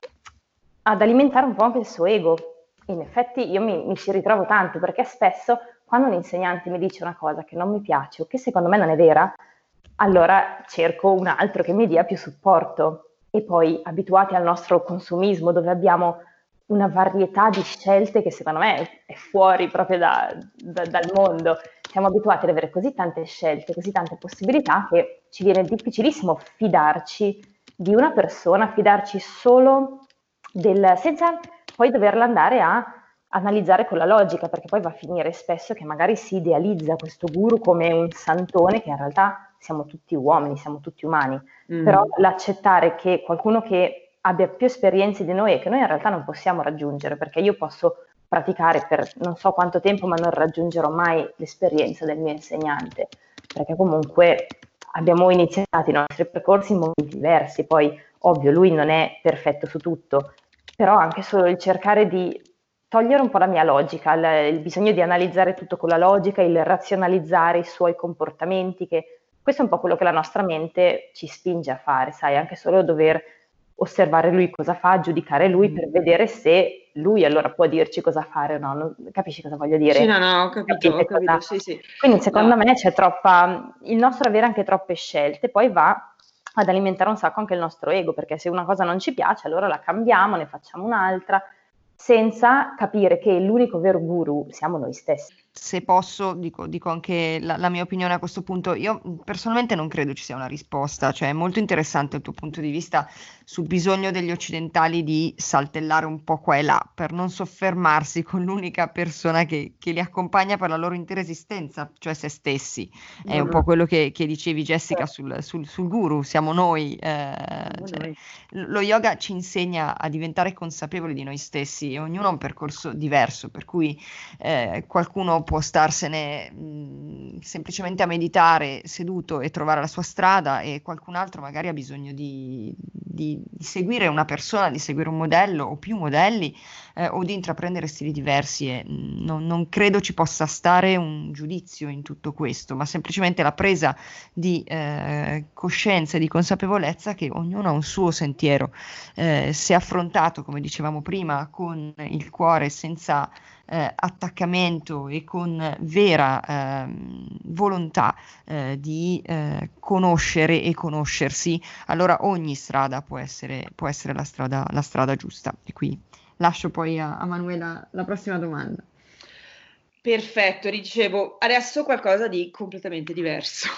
ad alimentare un po' anche il suo ego. In effetti io mi ci ritrovo tanto, perché spesso quando un insegnante mi dice una cosa che non mi piace o che secondo me non è vera, allora cerco un altro che mi dia più supporto. E poi abituati al nostro consumismo, dove abbiamo una varietà di scelte che secondo me è fuori proprio dal mondo. Siamo abituati ad avere così tante scelte, così tante possibilità, che ci viene difficilissimo fidarci di una persona, fidarci solo senza poi doverla andare a analizzare con la logica, perché poi va a finire spesso che magari si idealizza questo guru come un santone, che in realtà siamo tutti uomini, siamo tutti umani. Però l'accettare che qualcuno che abbia più esperienze di noi e che noi in realtà non possiamo raggiungere, perché io posso praticare per non so quanto tempo, ma non raggiungerò mai l'esperienza del mio insegnante, perché comunque abbiamo iniziato i nostri percorsi in momenti diversi. Poi ovvio lui non è perfetto su tutto, però anche solo il cercare di togliere un po' la mia logica, il bisogno di analizzare tutto con la logica, il razionalizzare i suoi comportamenti, che questo è un po' quello che la nostra mente ci spinge a fare, sai, anche solo dover osservare lui cosa fa, giudicare lui per vedere se lui allora può dirci cosa fare o no. Capisci cosa voglio dire? Sì, no, ho capito, sì, sì. Quindi secondo No. me c'è il nostro avere anche troppe scelte poi va ad alimentare un sacco anche il nostro ego, perché se una cosa non ci piace allora la cambiamo, ne facciamo un'altra, senza capire che l'unico vero guru siamo noi stessi. Se posso, dico anche la mia opinione a questo punto. Io personalmente non credo ci sia una risposta, cioè è molto interessante il tuo punto di vista sul bisogno degli occidentali di saltellare un po' qua e là per non soffermarsi con l'unica persona che li accompagna per la loro intera esistenza, cioè se stessi. È un po' quello che dicevi, Jessica, sul guru, siamo noi. Cioè, lo yoga ci insegna a diventare consapevoli di noi stessi e ognuno ha un percorso diverso, per cui qualcuno può starsene semplicemente a meditare seduto e trovare la sua strada, e qualcun altro magari ha bisogno di seguire una persona, di seguire un modello o più modelli, o di intraprendere stili diversi, e non credo ci possa stare un giudizio in tutto questo, ma semplicemente la presa di coscienza e di consapevolezza che ognuno ha un suo sentiero, se affrontato, come dicevamo prima, con il cuore, senza attaccamento e con vera volontà di conoscere e conoscersi, allora ogni strada può essere la strada giusta. E qui lascio poi a Manuela la prossima domanda. Perfetto, dicevo adesso qualcosa di completamente diverso.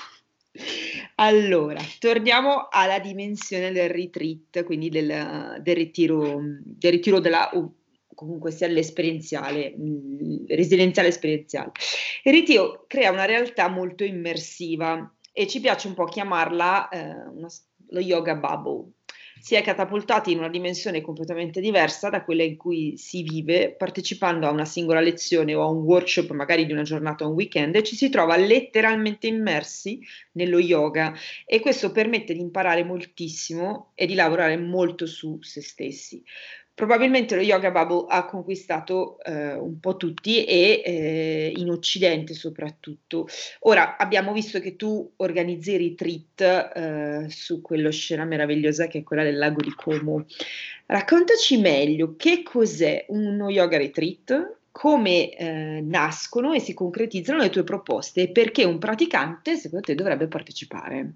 Allora, torniamo alla dimensione del retreat, quindi del ritiro della, comunque sia l'esperienziale, residenziale esperienziale. Il ritiro crea una realtà molto immersiva e ci piace un po' chiamarla lo yoga bubble. Si è catapultati in una dimensione completamente diversa da quella in cui si vive, partecipando a una singola lezione o a un workshop, magari di una giornata o un weekend, e ci si trova letteralmente immersi nello yoga, e questo permette di imparare moltissimo e di lavorare molto su se stessi. Probabilmente lo yoga bubble ha conquistato un po' tutti, e in Occidente soprattutto. Ora abbiamo visto che tu organizzi retreat su quello scena meravigliosa che è quella del lago di Como. Raccontaci meglio che cos'è uno yoga retreat, come nascono e si concretizzano le tue proposte, e perché un praticante secondo te dovrebbe partecipare.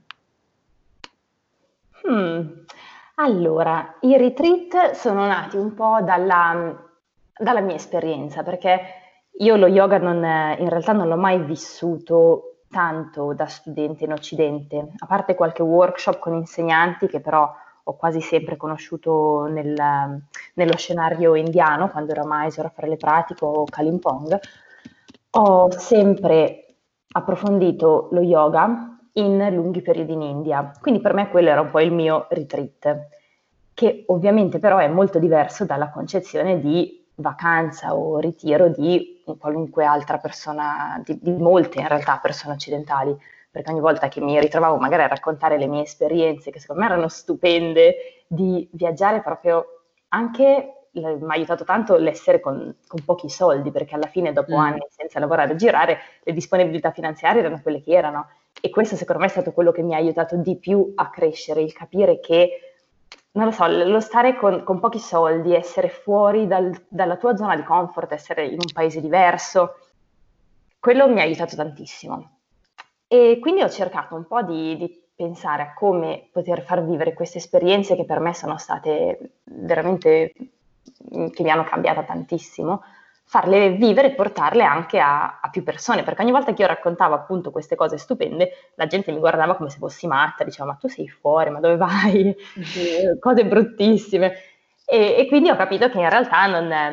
Allora, i retreat sono nati un po' dalla mia esperienza, perché io lo yoga in realtà non l'ho mai vissuto tanto da studente in Occidente, a parte qualche workshop con insegnanti che però ho quasi sempre conosciuto nello scenario indiano, quando ero a Mysore a fare le pratiche, o Kalimpong. Ho sempre approfondito lo yoga in lunghi periodi in India, quindi per me quello era un po' il mio retreat, che ovviamente però è molto diverso dalla concezione di vacanza o ritiro di qualunque altra persona, di molte in realtà persone occidentali, perché ogni volta che mi ritrovavo magari a raccontare le mie esperienze, che secondo me erano stupende, di viaggiare proprio anche, mi ha aiutato tanto l'essere con pochi soldi, perché alla fine dopo anni senza lavorare e girare, le disponibilità finanziarie erano quelle che erano. E questo secondo me è stato quello che mi ha aiutato di più a crescere, il capire che, non lo so, lo stare con pochi soldi, essere fuori dalla tua zona di comfort, essere in un paese diverso, quello mi ha aiutato tantissimo. E quindi ho cercato un po' di pensare a come poter far vivere queste esperienze che per me sono state veramente, che mi hanno cambiata tantissimo, farle vivere e portarle anche a più persone, perché ogni volta che io raccontavo appunto queste cose stupende, la gente mi guardava come se fossi matta, diceva ma tu sei fuori, ma dove vai? Cose bruttissime. E quindi ho capito che in realtà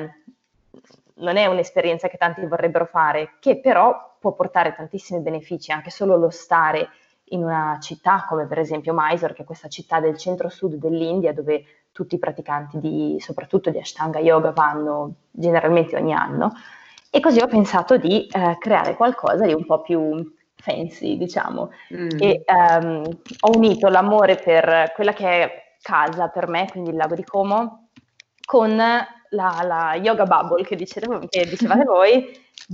non è un'esperienza che tanti vorrebbero fare, che però può portare tantissimi benefici, anche solo lo stare in una città come per esempio Mysore, che è questa città del centro-sud dell'India dove tutti i praticanti soprattutto di Ashtanga Yoga vanno generalmente ogni anno. E così ho pensato di creare qualcosa di un po' più fancy, diciamo. E ho unito l'amore per quella che è casa per me, quindi il lago di Como, con la yoga bubble che dicevate voi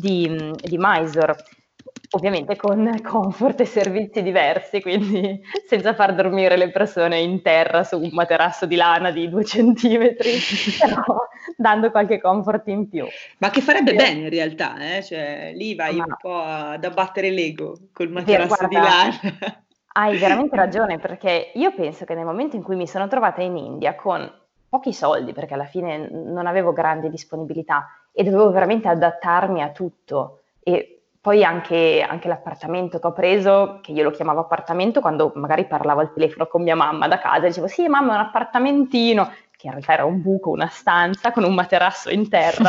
di Mysore, ovviamente con comfort e servizi diversi, quindi senza far dormire le persone in terra su un materasso di lana di 2 centimetri, però dando qualche comfort in più. Ma che farebbe bene in realtà, cioè lì vai un po' ad abbattere l'ego col materasso di Guarda, lana. hai veramente ragione, perché io penso che nel momento in cui mi sono trovata in India con pochi soldi, perché alla fine non avevo grandi disponibilità e dovevo veramente adattarmi a tutto, e poi anche l'appartamento che ho preso, che io lo chiamavo appartamento quando magari parlavo al telefono con mia mamma da casa, dicevo sì mamma è un appartamentino, che in realtà era un buco, una stanza con un materasso in terra,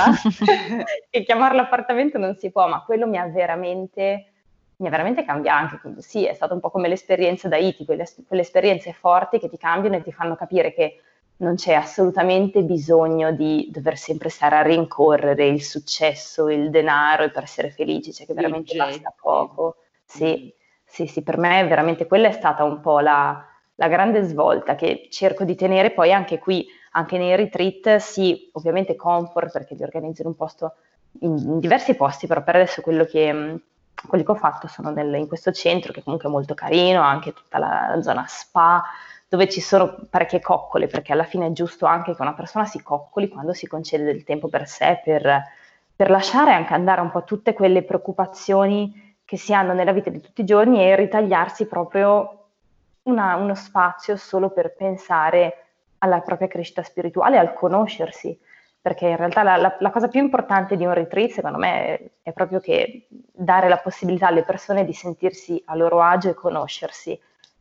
e chiamarlo appartamento non si può, ma quello mi ha veramente cambiato. Anche, sì, è stato un po' come l'esperienza da Haiti, quelle esperienze forti che ti cambiano e ti fanno capire che non c'è assolutamente bisogno di dover sempre stare a rincorrere il successo, il denaro per essere felici, cioè che veramente basta poco. Sì, sì, per me veramente quella è stata un po' la grande svolta che cerco di tenere poi anche qui, anche nei retreat, sì, ovviamente comfort perché li organizzo in un posto, in diversi posti, però per adesso quelli che ho fatto sono in questo centro che comunque è molto carino, anche tutta la zona spa, dove ci sono parecchie coccole, perché alla fine è giusto anche che una persona si coccoli quando si concede del tempo per sé, per lasciare anche andare un po' tutte quelle preoccupazioni che si hanno nella vita di tutti i giorni e ritagliarsi proprio uno spazio solo per pensare alla propria crescita spirituale, al conoscersi, perché in realtà la cosa più importante di un retreat, secondo me, è proprio che dare la possibilità alle persone di sentirsi a loro agio e conoscersi,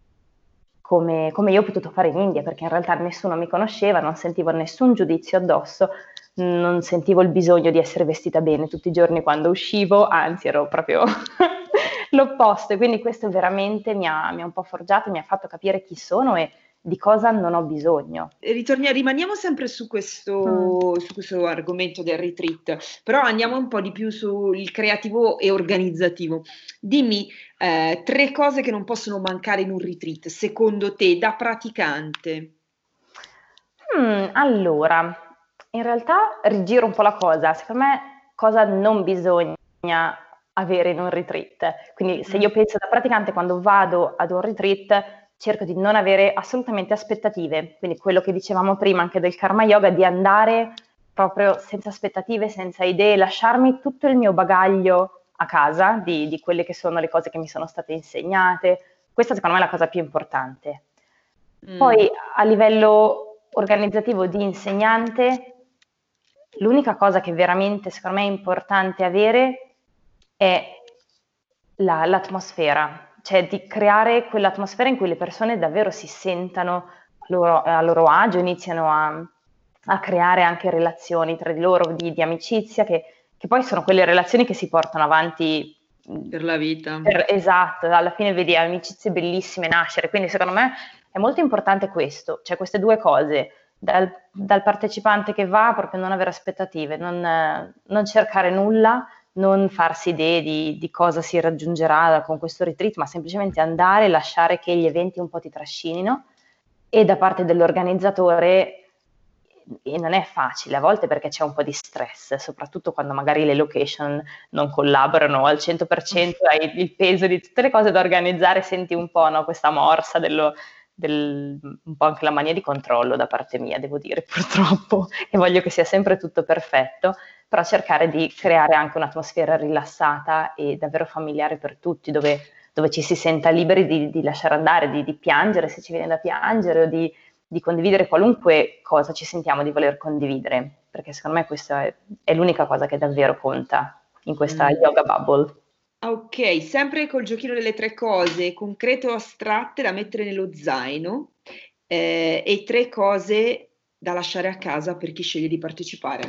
come io ho potuto fare in India, perché in realtà nessuno mi conosceva, non sentivo nessun giudizio addosso, non sentivo il bisogno di essere vestita bene tutti i giorni quando uscivo, anzi ero proprio l'opposto, e quindi questo veramente mi ha un po' forgiato, mi ha fatto capire chi sono e di cosa non ho bisogno. Rimaniamo sempre su questo argomento del retreat, però andiamo un po' di più sul creativo e organizzativo. Dimmi 3 cose che non possono mancare in un retreat, secondo te, da praticante. Allora, in realtà rigiro un po' la cosa, secondo me cosa non bisogna avere in un retreat. Quindi se io penso da praticante quando vado ad un retreat cerco di non avere assolutamente aspettative, quindi quello che dicevamo prima anche del karma yoga, di andare proprio senza aspettative, senza idee, lasciarmi tutto il mio bagaglio a casa di quelle che sono le cose che mi sono state insegnate. Questa secondo me è la cosa più importante. Poi a livello organizzativo di insegnante, l'unica cosa che veramente secondo me è importante avere è l'atmosfera, cioè di creare quell'atmosfera in cui le persone davvero si sentano a loro agio, iniziano a creare anche relazioni tra di loro di amicizia, che poi sono quelle relazioni che si portano avanti per la vita. Esatto, alla fine vedi amicizie bellissime nascere, quindi secondo me è molto importante questo, cioè queste 2 cose, dal partecipante che va proprio non avere aspettative, non cercare nulla, non farsi idee di cosa si raggiungerà con questo retreat, ma semplicemente andare, lasciare che gli eventi un po' ti trascinino, e da parte dell'organizzatore, e non è facile a volte perché c'è un po' di stress, soprattutto quando magari le location non collaborano al 100%, hai il peso di tutte le cose da organizzare, senti un po', no, questa morsa un po' anche la mania di controllo da parte mia, devo dire, purtroppo, e voglio che sia sempre tutto perfetto, però cercare di creare anche un'atmosfera rilassata e davvero familiare per tutti, dove ci si senta liberi di lasciare andare, di piangere se ci viene da piangere, o di condividere qualunque cosa ci sentiamo di voler condividere, perché secondo me questa è l'unica cosa che davvero conta in questa yoga bubble. Ok, sempre col giochino delle tre cose, concrete o astratte da mettere nello zaino, e tre cose da lasciare a casa per chi sceglie di partecipare.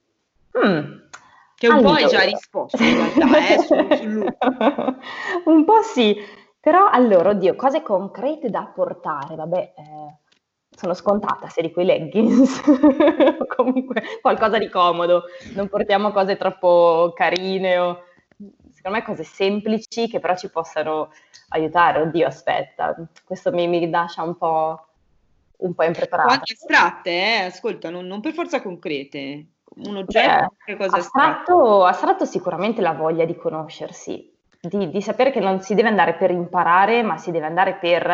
Che un po' hai già risposto in realtà, sul Un po' sì, però allora, oddio, cose concrete da portare, vabbè, sono scontata se di quei leggings, comunque qualcosa di comodo, non portiamo cose troppo carine o secondo me cose semplici che però ci possano aiutare. Oddio, aspetta, questo mi lascia un po' impreparata. Anche astratte, ascolta, non per forza concrete. Un oggetto, che cosa Astratto sicuramente la voglia di conoscersi, di sapere che non si deve andare per imparare, ma si deve andare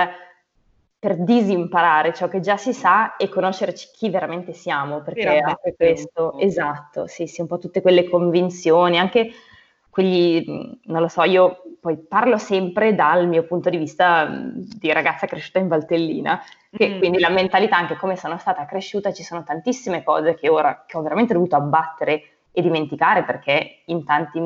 per disimparare ciò che già si sa e conoscerci chi veramente siamo, perché anche questo, esatto, sì, un po' tutte quelle convinzioni, anche non lo so, io poi parlo sempre dal mio punto di vista di ragazza cresciuta in Valtellina, che quindi la mentalità, anche come sono stata cresciuta, ci sono tantissime cose che ora che ho veramente dovuto abbattere e dimenticare, perché in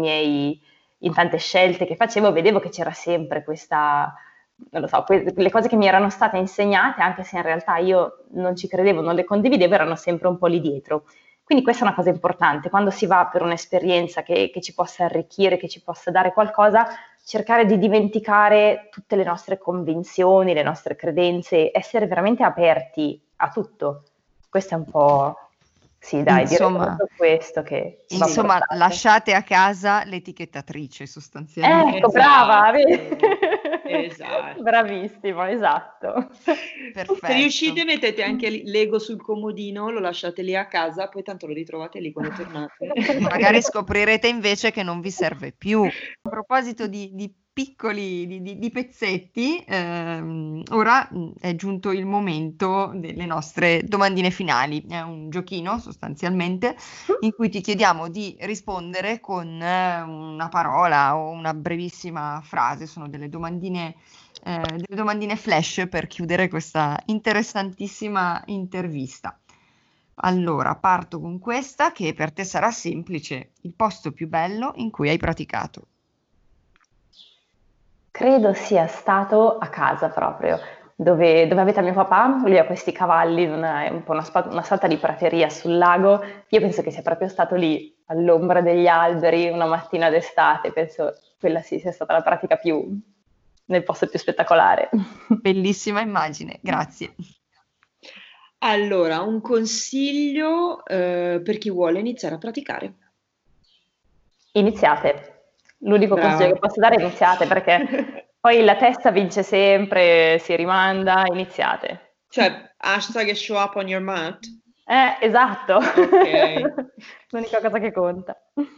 tante scelte che facevo vedevo che c'era sempre questa, non lo so, le cose che mi erano state insegnate, anche se in realtà io non ci credevo, non le condividevo, erano sempre un po' lì dietro. Quindi questa è una cosa importante, quando si va per un'esperienza che ci possa arricchire, che ci possa dare qualcosa, cercare di dimenticare tutte le nostre convinzioni, le nostre credenze, essere veramente aperti a tutto. Questo è un po', sì dai, Insomma, direi tutto questo che va insomma, portato. lasciate a casa l'etichettatrice sostanzialmente. Ecco, brava, Esatto. bravissimo, esatto. Perfetto. Se riuscite mettete anche l'ego sul comodino, lo lasciate lì a casa, poi tanto lo ritrovate lì quando tornate. Magari scoprirete invece che non vi serve più. A proposito di piccoli di pezzetti, ora è giunto il momento delle nostre domandine finali. È un giochino sostanzialmente in cui ti chiediamo di rispondere con una parola o una brevissima frase. Sono delle domandine flash per chiudere questa interessantissima intervista. Allora, parto con questa che per te sarà semplice. Il posto più bello in cui hai praticato. Credo sia stato a casa proprio, dove avete mio papà, lui ha questi cavalli, è un po' una sorta di prateria sul lago. Io penso che sia proprio stato lì, all'ombra degli alberi, una mattina d'estate. Penso quella sì sia stata la pratica nel posto più spettacolare. Bellissima immagine, grazie. Allora, un consiglio per chi vuole iniziare a praticare. Iniziate. L'unico Brava. consiglio che posso dare è iniziate, perché poi la testa vince sempre, si rimanda, iniziate. Cioè, hashtag show up on your mat. Esatto. Ok. L'unica cosa che conta.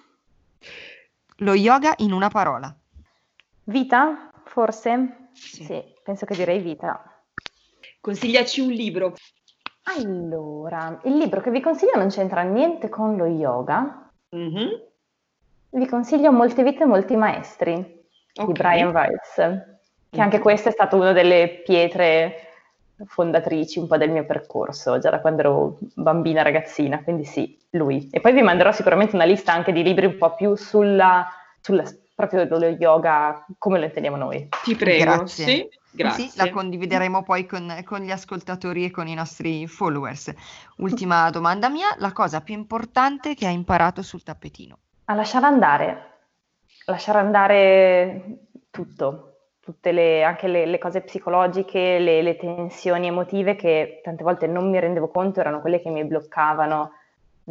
Lo yoga in una parola. Vita, forse? Sì. Sì, penso che direi vita. Consigliaci un libro. Allora, il libro che vi consiglio non c'entra niente con lo yoga. Mhm. Vi consiglio Molte vite, molti maestri di Ok. Brian Weiss, che anche questa è stata una delle pietre fondatrici un po' del mio percorso, già da quando ero bambina, ragazzina, quindi sì, lui. E poi vi manderò sicuramente una lista anche di libri un po' più sulla proprio lo yoga come lo intendiamo noi. Ti prego. Grazie. Sì, grazie. Sì, la condivideremo poi con gli ascoltatori e con i nostri followers. Ultima domanda mia, la cosa più importante che hai imparato sul tappetino? A lasciare andare tutto, anche le cose psicologiche, le tensioni emotive che tante volte non mi rendevo conto erano quelle che mi bloccavano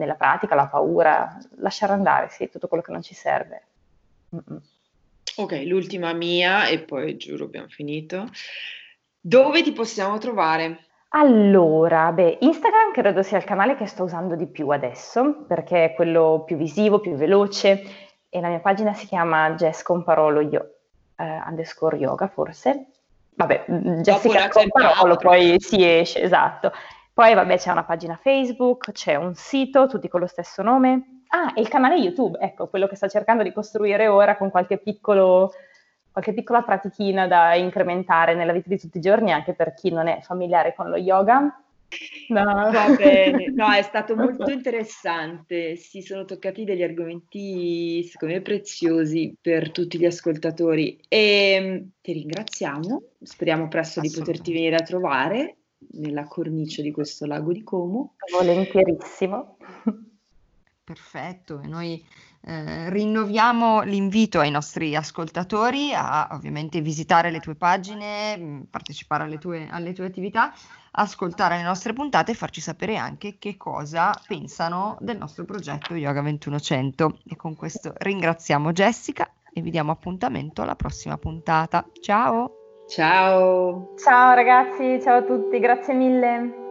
nella pratica, la paura, lasciare andare, sì, tutto quello che non ci serve. Mm-mm. Ok, l'ultima mia e poi giuro abbiamo finito. Dove ti possiamo trovare? Allora, beh, Instagram credo sia il canale che sto usando di più adesso, perché è quello più visivo, più veloce, e la mia pagina si chiama Jess Comparolo underscore yoga, forse. Vabbè, Dopo Jessica la Comparolo, cerchiamo. poi si esce, esatto. Poi, vabbè, c'è una pagina Facebook, c'è un sito, tutti con lo stesso nome. Ah, e il canale YouTube, ecco, quello che sto cercando di costruire ora con qualche piccola pratichina da incrementare nella vita di tutti i giorni, anche per chi non è familiare con lo yoga. No. Va bene, no, è stato molto interessante, si sono toccati degli argomenti secondo me preziosi per tutti gli ascoltatori e ti ringraziamo, speriamo presto di poterti Assolutamente. venire a trovare nella cornice di questo lago di Como. Volentierissimo. Perfetto, e noi rinnoviamo l'invito ai nostri ascoltatori a ovviamente visitare le tue pagine, partecipare alle tue attività, ascoltare le nostre puntate e farci sapere anche che cosa pensano del nostro progetto Yoga 2100. E con questo ringraziamo Jessica e vi diamo appuntamento alla prossima puntata. Ciao! Ciao! Ciao ragazzi, ciao a tutti, grazie mille.